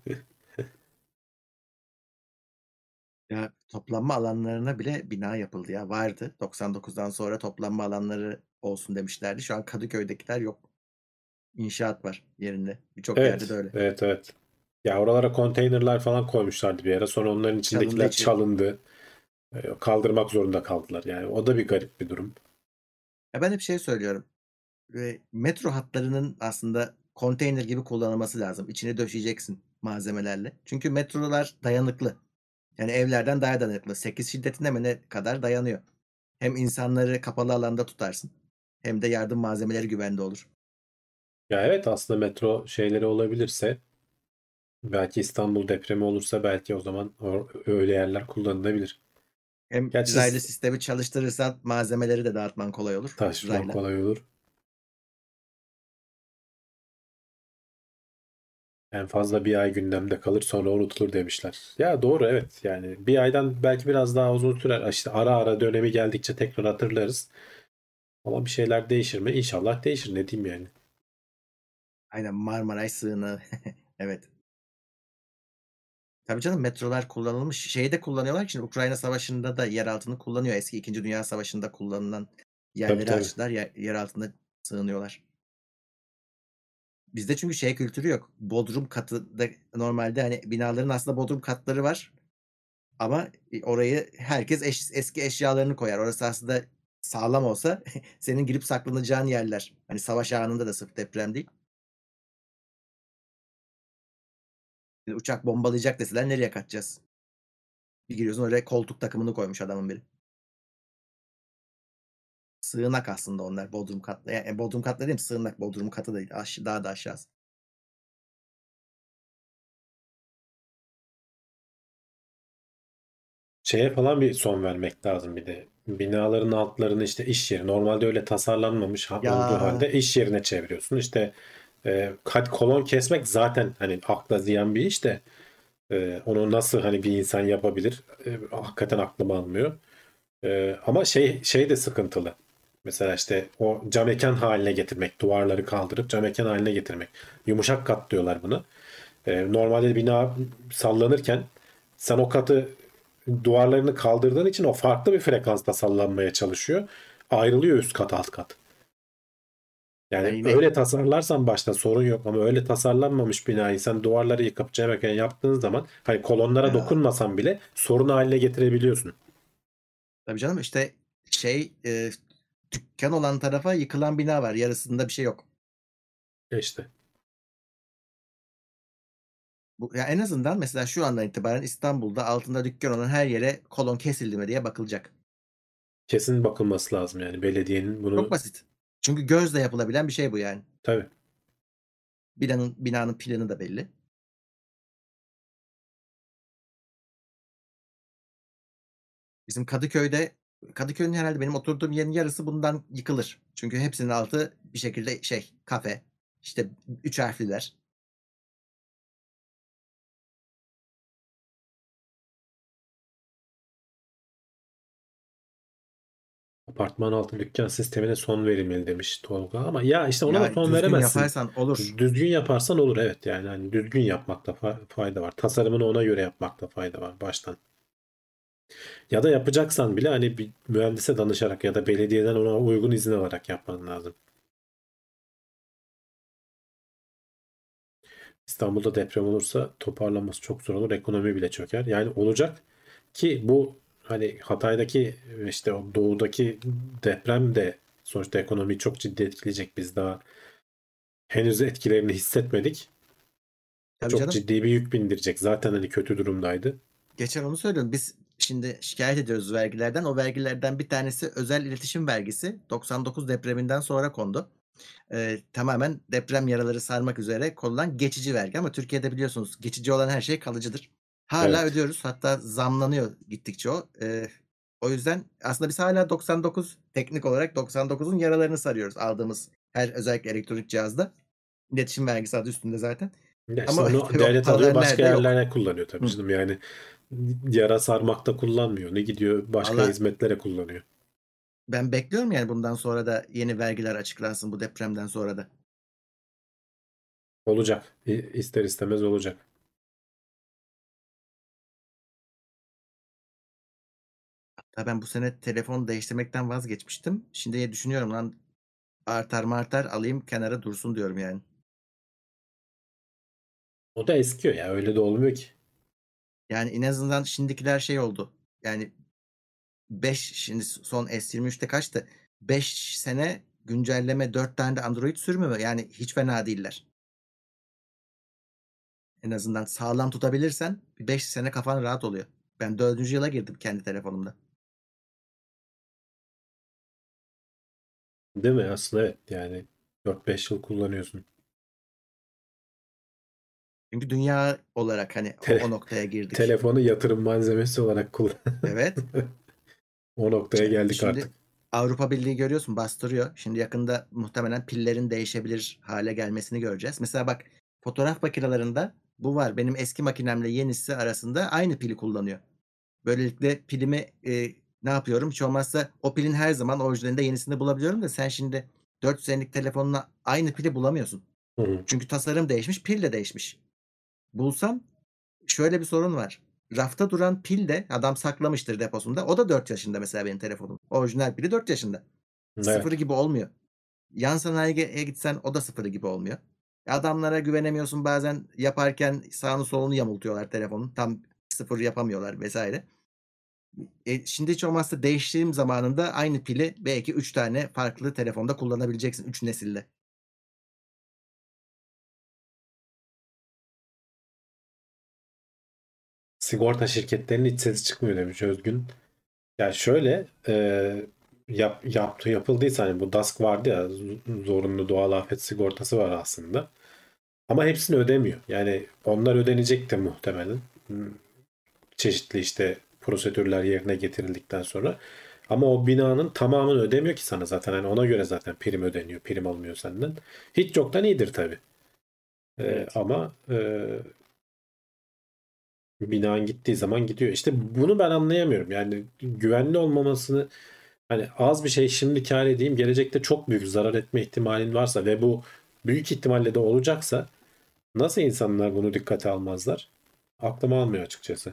Ya toplanma alanlarına bile bina yapıldı ya. Vardı. doksan dokuzdan sonra toplanma alanları olsun demişlerdi. Şu an Kadıköy'dekiler yok. İnşaat var yerinde. Birçok yerde de
Evet,
öyle.
evet, evet. Ya oralara konteynerler falan koymuşlardı bir ara. Sonra onların
Çalındığı
içindekiler
için.
çalındı. E, Kaldırmak zorunda kaldılar. Yani o da bir garip bir durum.
Ya ben hep şey söylüyorum. Ve metro hatlarının aslında konteyner gibi kullanılması lazım. İçine döşeyeceksin malzemelerle. Çünkü metrolar dayanıklı. Yani evlerden daha dayanıklı. sekiz şiddetine mi ne kadar dayanıyor. Hem insanları kapalı alanda tutarsın. Hem de yardım malzemeleri güvende olur.
Ya evet, aslında metro şeyleri olabilirse, belki İstanbul depremi olursa belki o zaman o, öyle yerler kullanılabilir.
Hem
Gerçi
raylı sistemi çalıştırırsan malzemeleri de dağıtman kolay olur.
taşımak
Rayla.
kolay olur. En fazla bir ay gündemde kalır, sonra unutulur demişler. Ya doğru, evet, yani bir aydan belki biraz daha uzun sürer. İşte ara ara dönemi geldikçe tekrar hatırlarız. Ama bir şeyler değişir mi? İnşallah değişir, ne diyeyim yani.
Aynen Marmaray sığınağı. Evet. Tabii canım metrolar kullanılmış. Şeyi de kullanıyorlar ki şimdi Ukrayna Savaşı'nda da yer altını kullanıyor. Eski İkinci Dünya Savaşı'nda kullanılan
Tabii
yerleri
tabii.
açtılar. Yer, yer altında sığınıyorlar. Bizde çünkü şey kültürü yok. Bodrum katı da normalde hani binaların aslında bodrum katları var. Ama orayı herkes eş- eski eşyalarını koyar. Orası aslında sağlam olsa senin girip saklanacağın yerler. Hani savaş anında da sırf deprem değil. Bir uçak bombalayacak deseler nereye kaçacağız? Bir giriyorsun oraya koltuk takımını koymuş adamın biri. Sığınak aslında onlar bodrum katlı. Yani bodrum katlı değil mi? Sığınak bodrum katı değil. Aş daha da aşağısı.
Şeye falan bir son vermek lazım bir de. Binaların altlarını işte iş yeri. Normalde öyle tasarlanmamış ha- olduğu
Ya
halde iş yerine çeviriyorsun. İşte e, hadi kolon kesmek zaten hani akla ziyan bir iş de e, onu nasıl hani bir insan yapabilir? E, hakikaten aklım almıyor. E, ama şey şey de sıkıntılı. Mesela işte o cam mekan haline getirmek, duvarları kaldırıp cam mekan haline getirmek. Yumuşak kat diyorlar bunu. E, normalde bina sallanırken sen o katı, duvarlarını kaldırdığın için o farklı bir frekansta sallanmaya çalışıyor. Ayrılıyor üst kat alt kat.
yani
Yani
yine
öyle tasarlarsan başta sorun yok, ama öyle tasarlanmamış binayı sen duvarları yıkıp cam mekan yaptığın zaman hani kolonlara
ya
dokunmasan bile sorun haline getirebiliyorsun.
tabii canım işte şey e, dükkan olan tarafa yıkılan bina var. Yarısında bir şey yok.
E İşte
Bu, ya en azından mesela şu andan itibaren İstanbul'da altında dükkan olan her yere kolon kesildi mi diye bakılacak.
kesin bakılması lazım, yani belediyenin
Çok
bunu,
basit. Çünkü gözle yapılabilen bir şey bu yani.
tabii.
Binanın binanın planı da belli. Bizim Kadıköy'de Kadıköy'ün herhalde benim oturduğum yerin yarısı bundan yıkılır. Çünkü hepsinin altı bir şekilde şey kafe. İşte üç harfliler.
Apartman altı dükkan sistemine son verilmeli demiş Tolga, ama ya işte ona da
Ya
son
düzgün
veremezsin.
yaparsan olur.
Düzgün yaparsan olur, evet, yani hani düzgün yapmakta fa- fayda var. Tasarımını ona göre yapmakta fayda var baştan. Ya da yapacaksan bile hani bir mühendise danışarak ya da belediyeden ona uygun izin alarak yapman lazım. İstanbul'da deprem olursa toparlanması çok zor olur. Ekonomi bile çöker. Yani olacak ki bu, hani Hatay'daki işte o doğudaki deprem de sonuçta ekonomiyi çok ciddi etkileyecek. Biz daha henüz etkilerini hissetmedik.
Tabii
Çok
canım.
ciddi bir yük bindirecek. Zaten hani kötü durumdaydı.
Geçen onu söylüyorum. Biz şimdi şikayet ediyoruz vergilerden. O vergilerden bir tanesi özel iletişim vergisi. doksan dokuz depreminden sonra kondu. Ee, tamamen deprem yaraları sarmak üzere konulan geçici vergi. Ama Türkiye'de biliyorsunuz geçici olan her şey kalıcıdır. Hala
Evet.
ödüyoruz. Hatta zamlanıyor gittikçe o. Ee, o yüzden aslında biz hala doksan dokuz teknik olarak doksan dokuzun yaralarını sarıyoruz aldığımız her özellikle elektronik cihazda. İletişim vergisi adı üstünde zaten.
Ya işte
Ama
onu
tabii o
devlet alıyor,
paralar
başka
nerede yok.
yerlere kullanıyor tabii
Hı.
canım. Yani yara sarmakta kullanmıyor. Ne gidiyor başka
Valla
hizmetlere kullanıyor.
ben bekliyorum yani bundan sonra da yeni vergiler açıklansın bu depremden sonra da.
Olacak. İ- İster istemez olacak.
Hatta ben bu sene telefon değiştirmekten vazgeçmiştim. Şimdi düşünüyorum lan artar martar alayım kenara dursun diyorum yani.
O da eskiyor ya. Öyle de olmuyor ki.
Yani en azından şimdikiler şey oldu. Yani beş şimdi son S yirmi üçte kaçtı? beş sene güncelleme dört tane de Android sürmüyor. Yani hiç fena değiller. En azından sağlam tutabilirsen beş sene kafan rahat oluyor. Ben dördüncü yıla girdim kendi telefonumda.
Değil mi? Aslında evet. Yani dört beş yıl kullanıyorsun.
Çünkü dünya olarak hani o,
Te-
o noktaya girdik.
telefonu yatırım malzemesi olarak kullan.
Evet.
O noktaya
İşte
geldik
şimdi
artık.
Avrupa Birliği görüyorsun bastırıyor. Şimdi yakında muhtemelen pillerin değişebilir hale gelmesini göreceğiz. Mesela bak fotoğraf makinelerinde bu var. Benim eski makinemle yenisi arasında aynı pili kullanıyor. Böylelikle pilimi e, ne yapıyorum? Hiç olmazsa o pilin her zaman orijinalinde yenisini bulabiliyorum da sen şimdi dört senelik telefonuna aynı pili bulamıyorsun.
Hı hı.
Çünkü tasarım değişmiş, pil de değişmiş. Bulsam şöyle bir sorun var. Rafta duran pil de adam saklamıştır deposunda. O da dört yaşında mesela benim telefonum. Orijinal pili dört yaşında. Sıfırı
Evet.
gibi olmuyor. Yan sanayiye gitsen o da sıfırı gibi olmuyor. Adamlara güvenemiyorsun bazen yaparken sağını solunu yamultuyorlar telefonun. Tam sıfır yapamıyorlar vesaire. E, şimdi hiç olmazsa değiştiğim zamanında aynı pili belki üç tane farklı telefonda kullanabileceksin üç nesilde.
Sigorta şirketlerinin hiç sesi çıkmıyor demiş Özgün. Ya şöyle e, yap, yaptı yapıldıysa hani bu D A S K vardı ya, z- zorunlu doğal afet sigortası var aslında. Ama hepsini ödemiyor. Yani onlar ödenecek de muhtemelen. Hmm, Çeşitli işte prosedürler yerine getirildikten sonra. Ama o binanın tamamını ödemiyor ki sana zaten. Hani ona göre zaten prim ödeniyor. Prim alınıyor senden. Hiç yoktan iyidir tabii. E,
Evet.
ama e, binan gittiği zaman gidiyor. İşte bunu ben anlayamıyorum. Yani güvenli olmamasını, hani az bir şey şimdi kâr edeyim, gelecekte çok büyük zarar etme ihtimalin varsa ve bu büyük ihtimalle de olacaksa nasıl insanlar bunu dikkate almazlar? Aklıma almıyor açıkçası.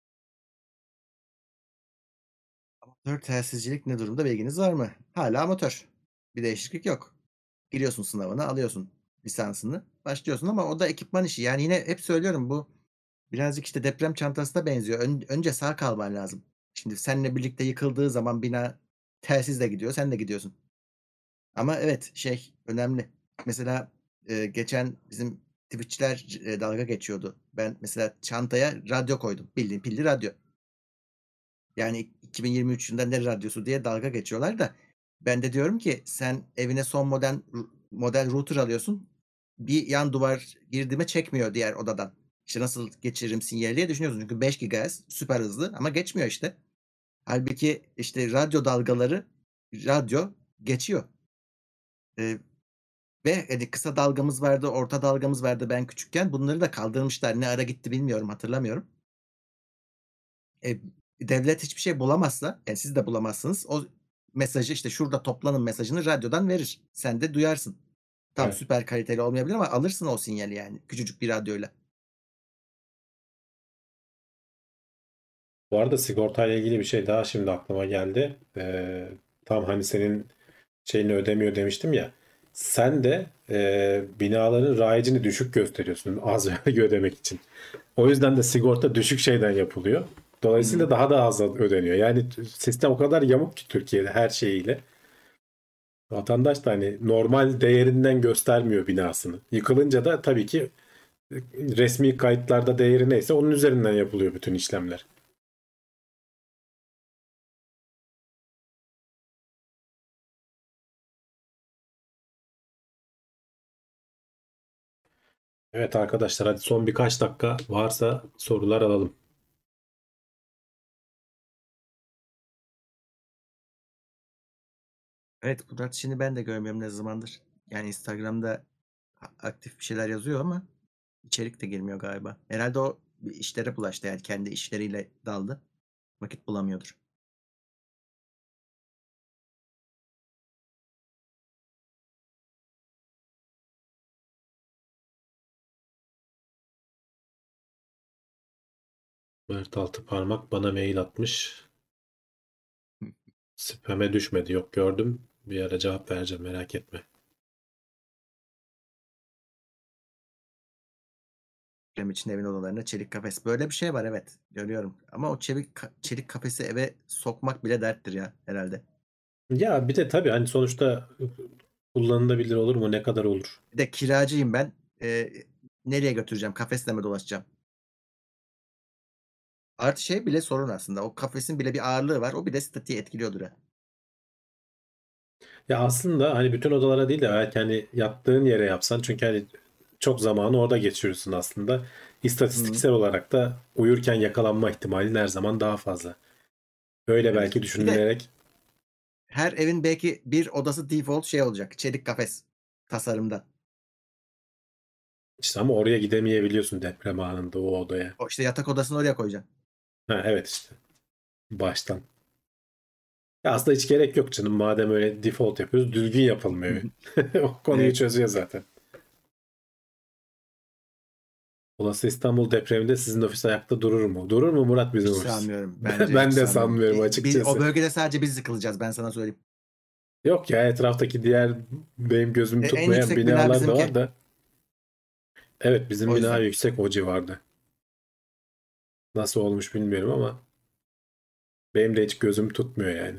Amatör telsizcilik ne durumda bilginiz var mı? Hala amatör. Bir değişiklik yok. Giriyorsun sınavına, alıyorsun lisansını, başlıyorsun ama o da ekipman işi. Yani yine hep söylüyorum bu birazcık işte deprem çantasına benziyor. Ön- önce sağ kalman lazım. Şimdi seninle birlikte yıkıldığı zaman bina telsizle gidiyor, sen de gidiyorsun. Ama evet şey önemli. Mesela e, geçen bizim Twitch'ler e, dalga geçiyordu. Ben mesela çantaya radyo koydum. Bildiğin pilli radyo. Yani iki bin yirmi üç yılında ne radyosu diye dalga geçiyorlar da ben de diyorum ki sen evine son model model router alıyorsun. Bir yan duvar girdiğime çekmiyor diğer odadan. İşte nasıl geçiririm sinyali diye düşünüyorsun. Çünkü beş gigahertz süper hızlı ama geçmiyor işte. Halbuki işte radyo dalgaları radyo geçiyor. Ee, Ve hani kısa dalgamız vardı, orta dalgamız vardı ben küçükken. Bunları da kaldırmışlar. Ne ara gitti bilmiyorum, hatırlamıyorum. E, Devlet hiçbir şey bulamazsa, yani siz de bulamazsınız. O mesajı işte şurada toplanın mesajını radyodan verir. Sen de duyarsın. Tam
Evet.
süper kaliteli olmayabilir ama alırsın o sinyali yani küçücük bir radyoyla.
Bu arada sigortayla ilgili bir şey daha şimdi aklıma geldi. Ee, tam hani senin şeyini ödemiyor demiştim ya. Sen de e, binaların rayicini düşük gösteriyorsun az vergi ödemek için. O yüzden de sigorta düşük şeyden yapılıyor.
Hı hı.
Dolayısıyla daha da az ödeniyor. Yani sistem o kadar yamuk ki Türkiye'de her şeyiyle. Vatandaş da hani normal değerinden göstermiyor binasını. Yıkılınca da tabii ki resmi kayıtlarda değeri neyse onun üzerinden yapılıyor bütün işlemler. Evet arkadaşlar, hadi son birkaç dakika varsa sorular alalım.
Evet Murat şimdi ben de görmüyorum ne zamandır. Yani Instagram'da a- aktif bir şeyler yazıyor ama İçerik de girmiyor galiba. Herhalde o bir işlere bulaştı yani kendi işleriyle daldı. Vakit bulamıyordur.
Mert altı parmak bana mail atmış. Spam'e düşmedi. Yok, gördüm. Bir ara cevap vereceğim, merak etme.
Cam için evin odalarında çelik kafes. Böyle bir şey var, evet. Görüyorum. Ama o çelik ka- çelik kafesi eve sokmak bile derttir ya herhalde.
Ya bir de tabii hani sonuçta kullanılabilir olur mu? Ne kadar olur?
Bir de kiracıyım ben. Ee, nereye götüreceğim? Kafesle mi dolaşacağım? Artı şey bile sorun aslında. O kafesin bile bir ağırlığı var. O bile statiği etkiliyordur ha.
Ya aslında hani bütün odalara değil de belki hani yattığın yere yapsan, çünkü hani çok zamanı orada geçiriyorsun aslında. İstatistiksel olarak da uyurken yakalanma ihtimalin her zaman daha fazla. Öyle
Evet.
belki
Bir de
düşünülerek
her evin belki bir odası default şey olacak. Çelik kafes tasarımda.
işte, ama oraya gidemeyebiliyorsun deprem anında o odaya.
O işte yatak odasını oraya koyacaksın.
Ha, evet işte baştan. Ya aslında hiç gerek yok canım, madem öyle default yapıyoruz düzgün yapalım evi. O konuyu
Evet.
çözüyor zaten. Olası İstanbul depreminde sizin ofis ayakta durur mu? Durur mu Murat bizim
Hiç
ofis?
sanmıyorum.
Ben,
Bence
ben
hiç
de
sanmıyorum.
sanmıyorum
Biz,
açıkçası.
o bölgede sadece biz yıkılacağız, ben sana söyleyeyim.
Yok ya, etraftaki diğer benim gözümü
E, en
tutmayan
yüksek bina
binalar da
bizimki.
var da. Evet, bizim
O
bina
yüzden.
yüksek, o civarda. Nasıl olmuş bilmiyorum ama benim de hiç gözüm tutmuyor yani.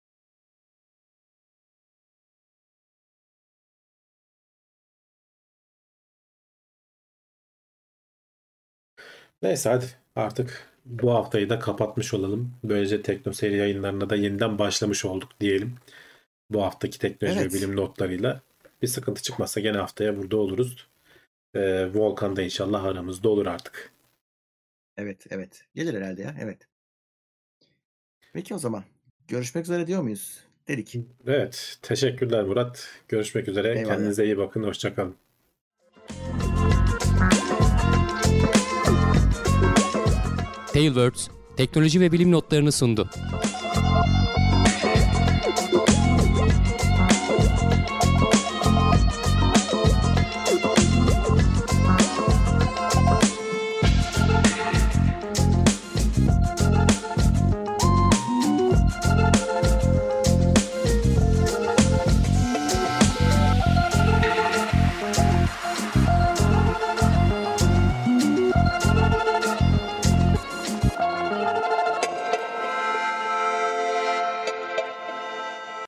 Neyse hadi artık bu haftayı da kapatmış olalım. Böylece TeknoSeyir yayınlarına da yeniden başlamış olduk diyelim. Bu haftaki teknoloji ve
Evet.
bilim notlarıyla bir sıkıntı çıkmazsa gene haftaya burada oluruz. Ee, Volkan da inşallah aramızda olur artık.
Evet, evet. Gelir herhalde ya. Evet. Peki o zaman. Görüşmek üzere diyor muyuz? Dedik.
Evet, teşekkürler Murat. Görüşmek üzere.
Eyvallah.
Kendinize iyi bakın. Hoşça kalın.
Tailwords, teknoloji ve bilim notlarını sundu.